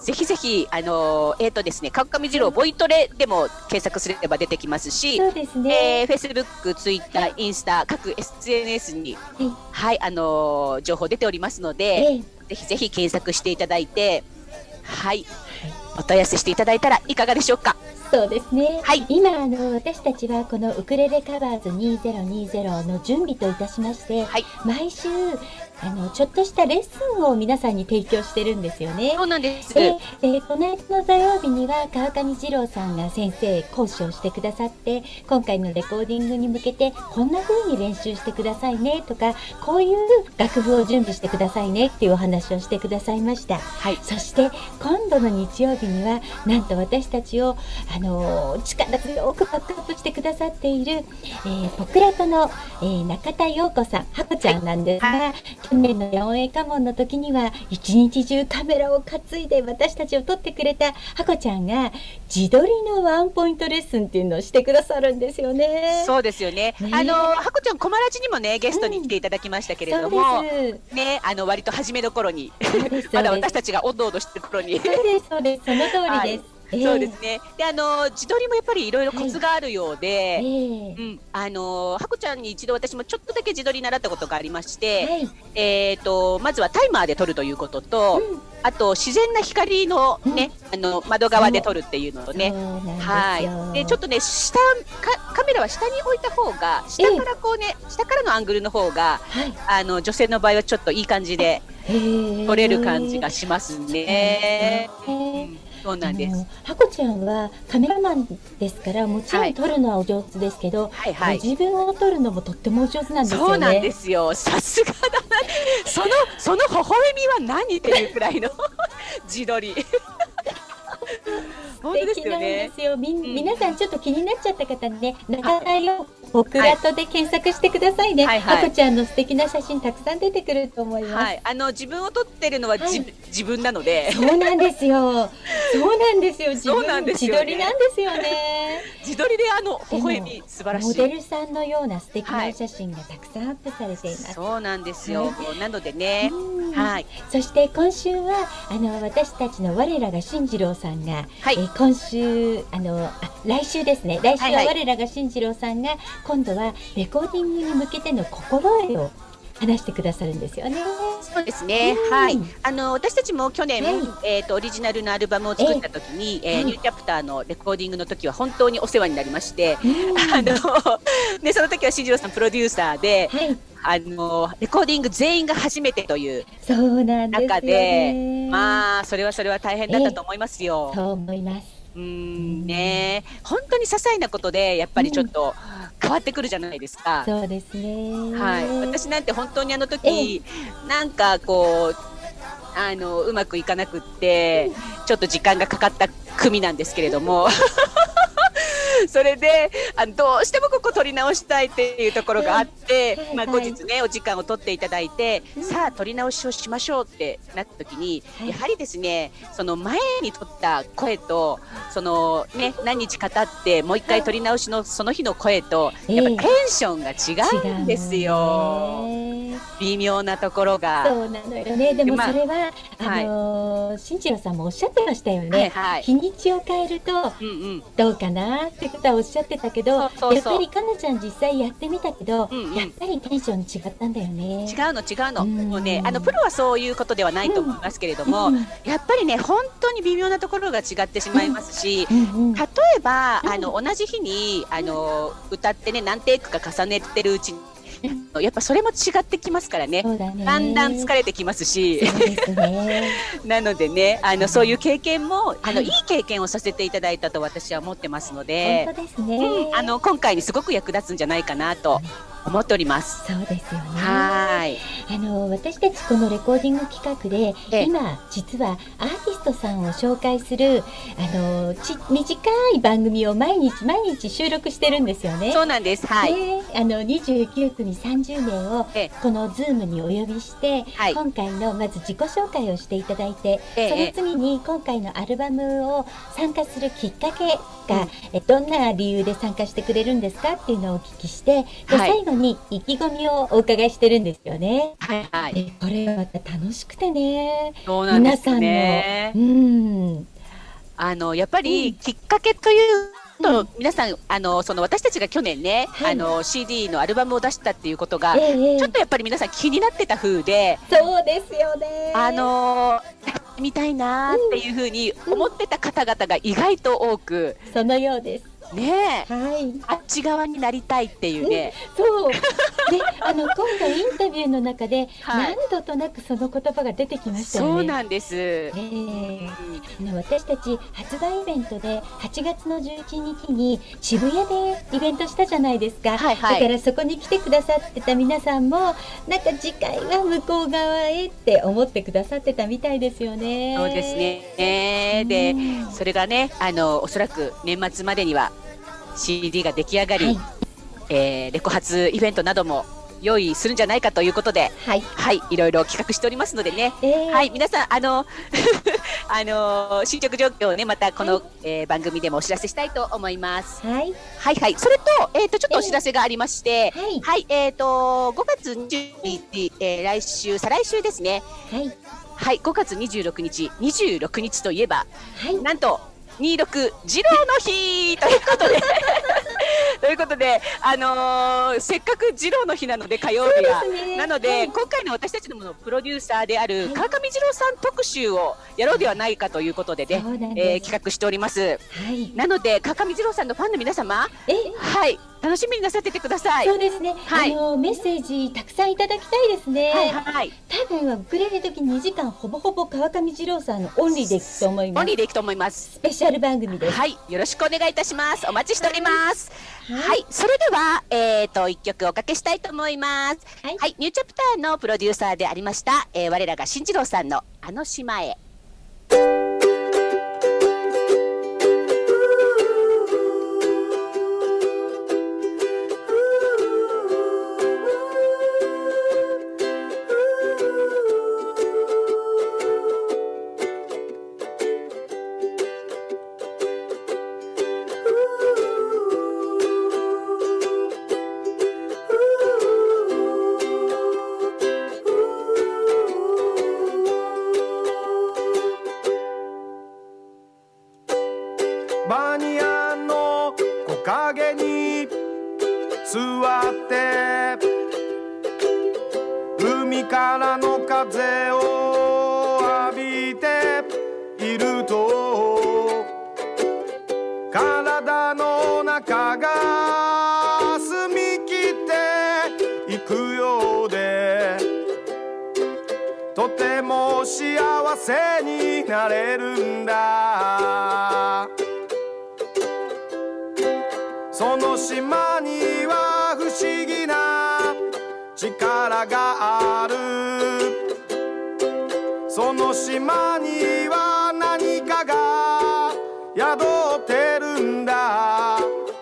ですね、川上二郎ボイトレでも検索すれば出てきますし、 そうですね。 Facebook、Twitter、インスタ各 SNS に情報出ておりますので、ぜひぜひ検索していただいて、お問い合わせしていただいたらいかがでしょうか。 そうですね。今私たちはこのウクレレカバーズ2020の準備といたしまして、毎週ちょっとしたレッスンを皆さんに提供してるんですよね。 そうなんです。 この間の土曜日には川上二郎さんが先生講師をしてくださって、今回のレコーディングに向けてこんな風に練習してくださいねとか、こういう楽譜を準備してくださいねっていうお話をしてくださいました。そして今度の日曜日にはなんと私たちを力強くバックアップしてくださっている、ポクラトの、中田陽子さん、ハコちゃんなんですが、去年の4栄家紋の時には一日中カメラを担いで私たちを撮ってくれたハコちゃんが自撮りのワンポイントレッスンっていうのをしてくださるんですよね。 そうですよね。ハコちゃんコマラジにもねゲストに来ていただきましたけれども、ね、割と初めの頃にまだ私たちがおどおどしてる頃に、 そうですその通りです。 そうですね。で、自撮りもやっぱりいろいろコツがあるようで、ハコちゃんに一度私もちょっとだけ自撮り習ったことがありまして、まずはタイマーで撮るということと、あと自然な光のね、窓側で撮るっていうのとね、でちょっとねカメラは下に置いた方が、下からこうね、下からのアングルの方が、女性の場合はちょっといい感じで撮れる感じがしますね。そうなんです。 ハコちゃんはカメラマンですから、もちろん撮るのはお上手ですけど、自分を撮るのもとってもお上手なんですよね。 そうなんですよ。さすがだな。その微笑みは何っていうくらいの自撮り。 素敵なんですよ。皆さんちょっと気になっちゃった方ね、中田陽子クラトで検索してくださいね。ハコちゃんの素敵な写真たくさん出てくると思います。 自分を撮ってるのは自分なので。 そうなんですよ。そうなんですよ。自撮りなんですよね。 自撮りで微笑み素晴らしい。 モデルさんのような素敵なお写真がたくさんアップされています。 そうなんですよ。なのでね。 そして今週は私たちの我らが進次郎さんが、今週来週ですね。来週は我らが進次郎さんが今度はレコーディングに向けての心得を話してくださるんですよね。 そうですね。私たちも去年、オリジナルのアルバムを作った時に、ニューチャプターのレコーディングの時は本当にお世話になりまして、その時は進次郎さんプロデューサーで、レコーディング全員が初めてという中で、まあそれは大変だったと思いますよ。 そう思います。 ね、本当に些細なことでやっぱりちょっと変わってくるじゃないですか。 そうですね。 私なんて本当に時なんかこううまくいかなくってちょっと時間がかかった組なんですけれどもそれでどうしてもここ撮り直したいっていうところがあって、後日ねお時間を取っていただいて、さあ撮り直しをしましょうってなった時に、やはりですねその前に撮った声とそのね何日か経ってもう一回撮り直しのその日の声とやっぱテンションが違うんですよ。微妙なところが。 そうなのよね。でもそれは新次郎さんもおっしゃってましたよね。日にちを変えるとどうかなってことはおっしゃってたけど、やっぱりかなちゃん実際やってみたけど、やっぱりテンション違ったんだよね。 違うの。もうねプロはそういうことではないと思いますけれども、やっぱりね本当に微妙なところが違ってしまいますし、例えば同じ日に歌ってね何テイクか重ねてるうちにやっぱそれも違ってきますからね。だんだん疲れてきますし、なのでねそういう経験もいい経験をさせていただいたと私は思ってますので、 本当ですね。 今回にすごく役立つんじゃないかなと思っております。 そうですよね。私たちこのレコーディング企画で今実はアーティストさんを紹介する短い番組を毎日収録してるんですよね。 そうなんです。はい。 29組30名をこのズームにお呼びして、今回のまず自己紹介をしていただいて、その次に今回のアルバムを参加するきっかけが、どんな理由で参加してくれるんですかっていうのをお聞きして、最後に意気込みをお伺いしてるんですよね。これはまた楽しくてね。 そうなんですね。やっぱりきっかけという皆さんその私たちが去年ね、CD のアルバムを出したっていうことが、ちょっとやっぱり皆さん気になってた風で、 そうですよね。 やってみたいなっていうふうに思ってた方々が意外と多く、 そのようです。 ねえ、あっち側になりたいっていうね。 そう。で、今回インタビューの中で何度となくその言葉が出てきましたよね。 そうなんです。 私たち発売イベントで8月の11日に渋谷でイベントしたじゃないですか。だからそこに来てくださってた皆さんもなんか次回は向こう側へって思ってくださってたみたいですよね。 そうですね。で、それがね、おそらく年末までにはCD が出来上がり、レコ発イベントなども用意するんじゃないかということで、いろいろ企画しておりますのでね、皆さん進捗状況をねまたこの、番組でもお知らせしたいと思います。それとちょっとお知らせがありまして、5月20日、再来週ですね。5月26日といえば、なんと26次郎の日ということでということで、せっかく次郎の日なので火曜日は、なので、今回の私たちのプロデューサーである川上次郎さん特集をやろうではないかということでね、企画しております。なので川上次郎さんのファンの皆様、楽しみになさっててください。 そうですね。メッセージたくさんいただきたいですね。多分ウクレレ時2時間ほぼほぼ川上次郎さんのオンリーでいくと思います。 オンリーでいくと思います。 スペシャル番組です。 よろしくお願いいたします。お待ちしております。それでは一曲おかけしたいと思います。ニューチャプターのプロデューサーでありました、我らが新次郎さんのあの島へ。 バニヤンの木陰に座って海からの風を浴びていると体の中が澄み切っていくようでとても幸せになれるんだ。その島には不思議な力がある。その島には何かが宿ってるんだ。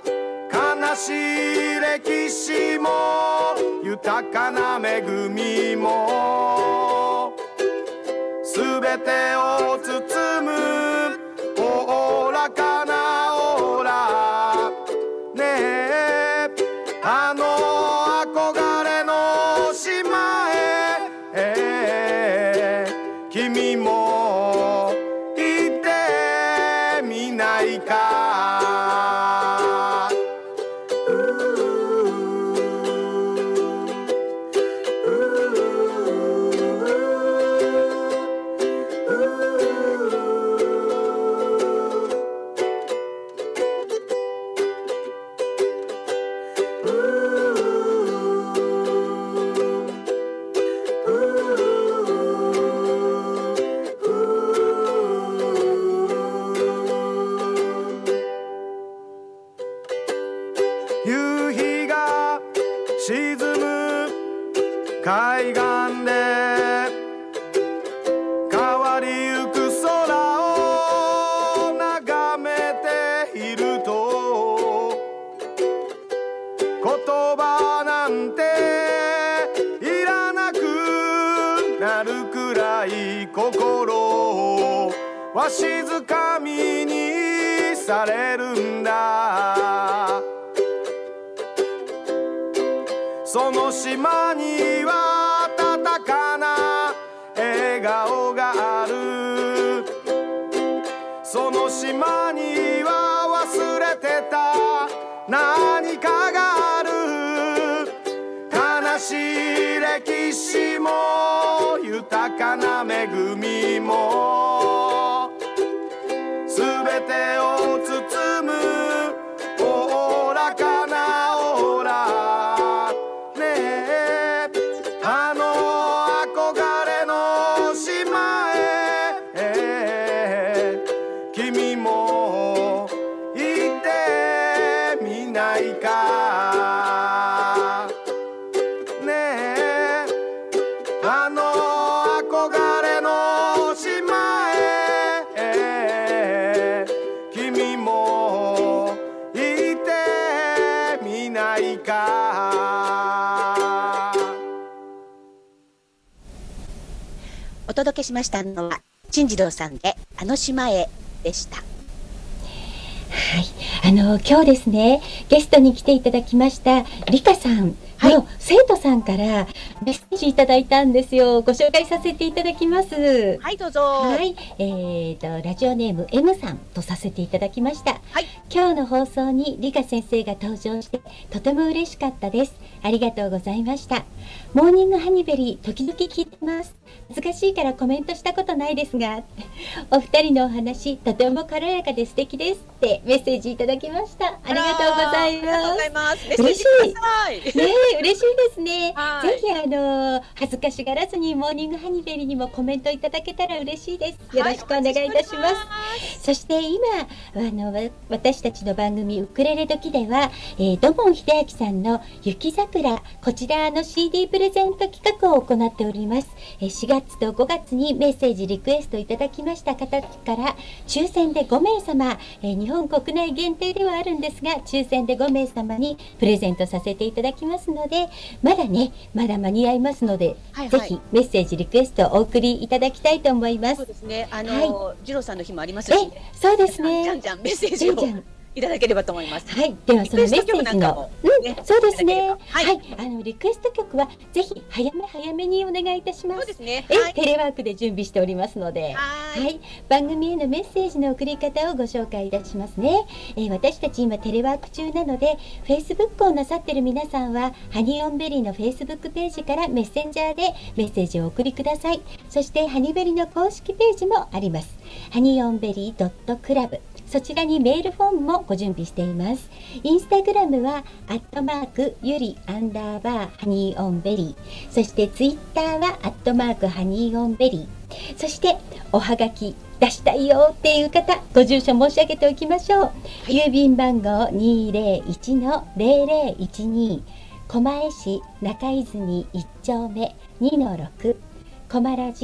しい歴史も豊かな恵みもすべてを包むおおらかなオーラねえあの憧れの島へ君も行ってみないか夕日が沈む海岸で変わりゆく空を眺めていると言葉なんていらなくなるくらい心をわしづかみにされるんだその島には温かな笑顔があるその島には忘れてた何かがある悲しい歴史も豊かな恵みもすべてを包むおおらかなオーラあの憧れの島へ君も行ってみないかねえあの憧れの島へ君も行ってみないかお届けしましたのは進次郎さんであの島へでした。 はい、今日ですねゲストに来ていただきましたリカさんの生徒さんからメッセージいただいたんですよ。ご紹介させていただきます。 はい、どうぞ。 はい、ラジオネーム M さんとさせていただきました。 はい、 今日の放送にリカ先生が登場してとても嬉しかったです。ありがとうございました。モーニングハニベリー時々聞いてます。恥ずかしいからコメントしたことないですがお二人のお話とても軽やかで素敵ですってメッセージいただきました。ありがとうございます。嬉しいね、嬉しいですね。ぜひ恥ずかしがらずにモーニングハニベリーにもコメントいただけたら嬉しいです。よろしくお願いいたします。そして今私たちの番組ウクレレ時では、土門秀明さんの雪桜こちらの CD プレゼント企画を行っております。4月と5月にメッセージリクエストいただきました方から抽選で5名様、日本国内限定ではあるんですが抽選で5名様にプレゼントさせていただきますのでまだ間に合いますので、ぜひメッセージリクエストをお送りいただきたいと思います。 そうですね。次郎さんの日もありますし、 そうですね。 じゃんじゃんメッセージをいただければと思います。 はい、ではそのメッセージの、そうですね。はい、リクエスト曲はぜひ早めにお願いいたします。 そうですね。 テレワークで準備しておりますので、はい、番組へのメッセージの送り方をご紹介いたしますね。私たち今テレワーク中なので、Facebook をなさっている皆さんはハニーオンベリーの Facebook ページからメッセンジャーでメッセージをお送りください。そしてハニベリの公式ページもあります。ハニーオンベリー .clubそちらにメールフォームもご準備しています。インスタグラムはゆり_ハニーオンベリー、そしてツイッターはハニーオンベリー、そしておはがき出したいよっていう方ご住所申し上げておきましょう。郵便番号 201-0012 狛江市中泉1丁目 2-6 狛ラジ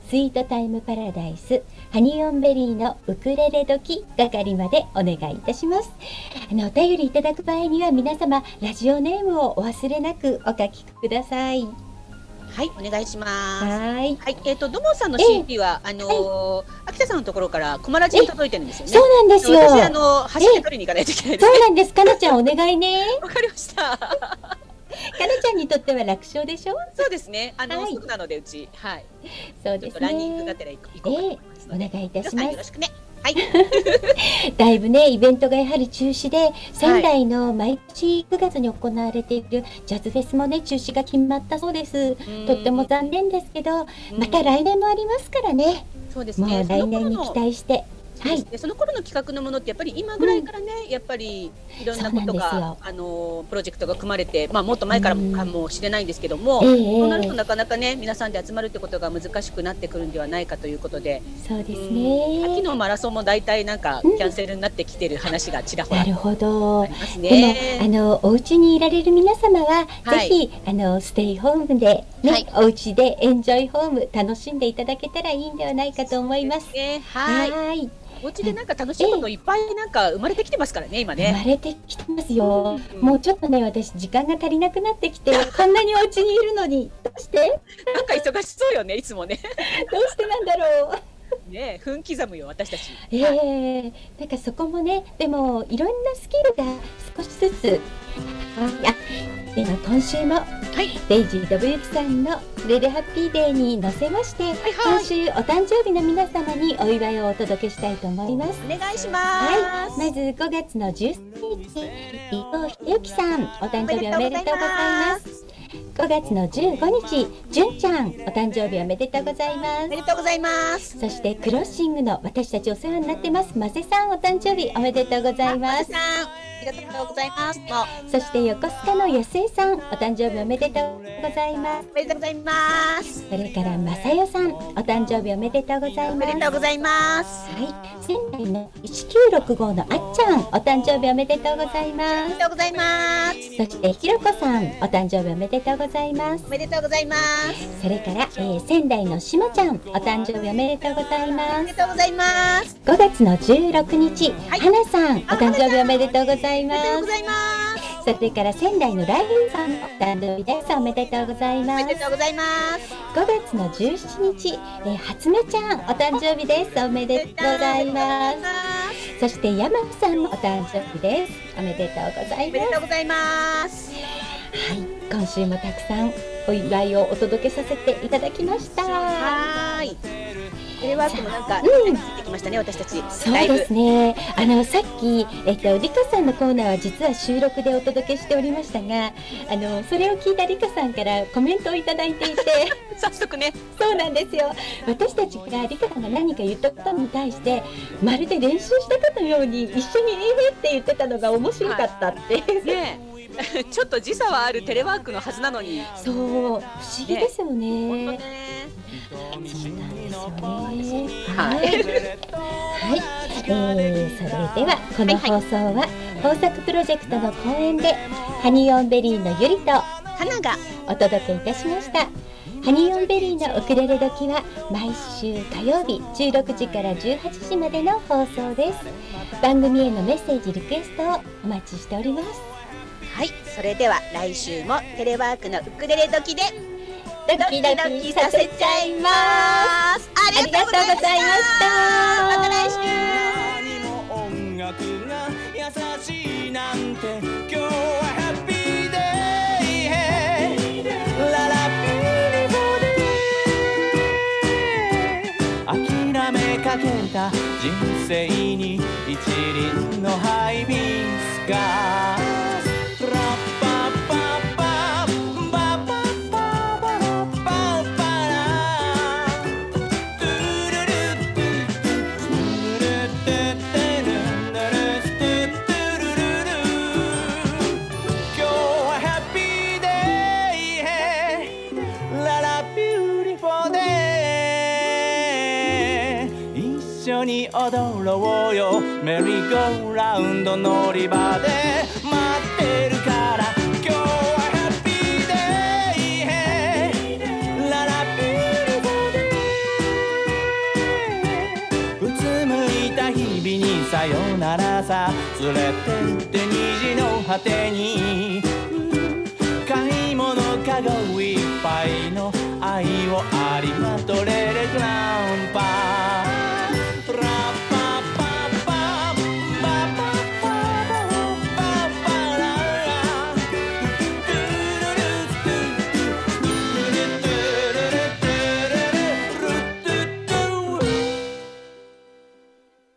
スイートタイムパラダイスハニオンベリーのウクレレ時係までお願いいたします。お便りいただく場合には皆様ラジオネームをお忘れなくお書きください。 はい、お願いします。 はい。 土門さんの CD は、秋田さんのところからコマラジに届いてるんですよね。 そうなんですよ。 私、走って取りに行かないといけないです。 そうなんです。かなちゃんお願いね。 わかりました。かなちゃんにとっては楽勝でしょ。 そうですね。すぐなのでうち、はい。 そうですね。 ランニングがてら行こうと思いますので。 お願いいたします。 よろしくね。はい。 だいぶねイベントがやはり中止で、仙台の毎年9月に行われているジャズフェスもね中止が決まったそうです。とっても残念ですけど、また来年もありますからね。 そうですね。 もう来年に期待して。 はい、その頃の企画のものってやっぱり今ぐらいからね、やっぱりいろんなことがプロジェクトが組まれて、もっと前からかもしれないんですけども、そうなるとなかなかね皆さんで集まるってことが難しくなってくるんではないかということで、 そうですね。 秋のマラソンもだいたいなんかキャンセルになってきてる話がちらほらありますね。でもお家にいられる皆様は、ぜひステイホームでね、お家でエンジョイホーム楽しんでいただけたらいいんではないかと思います。 はい。お家でなんか楽しいこといっぱいなんか生まれてきてますからね今ね。 生まれてきてますよ。もうちょっとね私時間が足りなくなってきてこんなにお家にいるのにどうして？ なんか忙しそうよねいつもね。 どうしてなんだろう。 ね分刻むよ私たち。 なんかそこもねでもいろんなスキルが少しずつ。では今週も、デイジー信之さんのレレハッピーデーに乗せまして、今週お誕生日の皆様にお祝いをお届けしたいと思います。 お願いします。 まず5月の13日、伊藤秀之さん、お誕生日おめでとうございます。5月の15日、純ちゃん、お誕生日おめでとうございます。 おめでとうございます。 そしてクロッシングの私たちお世話になってます、マセさん、お誕生日おめでとうございます。 ありがとうございます。 そして横須賀の安江さん、お誕生日おめでとうございます。 おめでとうございます。 それから正代さん、お誕生日おめでとうございます。 おめでとうございます。 仙台の1965のあっちゃん、お誕生日おめでとうございます。 おめでとうございます。 そしてひろこさん、お誕生日おめでとうございます。 おめでとうございます。 それから、仙台のしまちゃん、お誕生日おめでとうございます。 おめでとうございます。 5月の16日、はなさん、お誕生日おめでとうございます。 おめでとうございます。 それから仙台のライフさん、お誕生日です。おめでとうございます。 おめでとうございます。 5月の17日、初音ちゃん、お誕生日です。おめでとうございます。そして山木さんもお誕生日です。おめでとうございます。 おめでとうございます。 はい、今週もたくさんお祝いをお届けさせていただきました。テレワークもなんかついてきましたね、私たち。 そうですね。さっきリカさんのコーナーは実は収録でお届けしておりましたが、それを聞いたリカさんからコメントをいただいていて、 早速ね。 そうなんですよ。私たちがリカさんが何か言ったことに対してまるで練習したかのように一緒にって言ってたのが面白かったって。 ね。ちょっと時差はあるテレワークのはずなのに。 そう、不思議ですよね。 本当ね。 そうなんですよね。はい。それではこの放送は豊作プロジェクトの公演でハニーオンベリーのゆりと花がお届けいたしました。ハニーオンベリーのウクレレ時は毎週火曜日16時から18時までの放送です。番組へのメッセージリクエストをお待ちしております。 はい、それでは来週もテレワークのウクレレ時でドキドキさせちゃいます。ありがとうございました。 また来週。 音楽が優しいなんて今日はハッピーデー。ララピーデー。諦めかけた人生に一輪のハイビスカス。踊ろうよメリーゴーラウンド乗り場で待ってるから今日はハッピーデーララビューティフォーデー日にさよならさ連れてって虹の果てに買い物かごいっぱいの愛をありがとうレレグランパ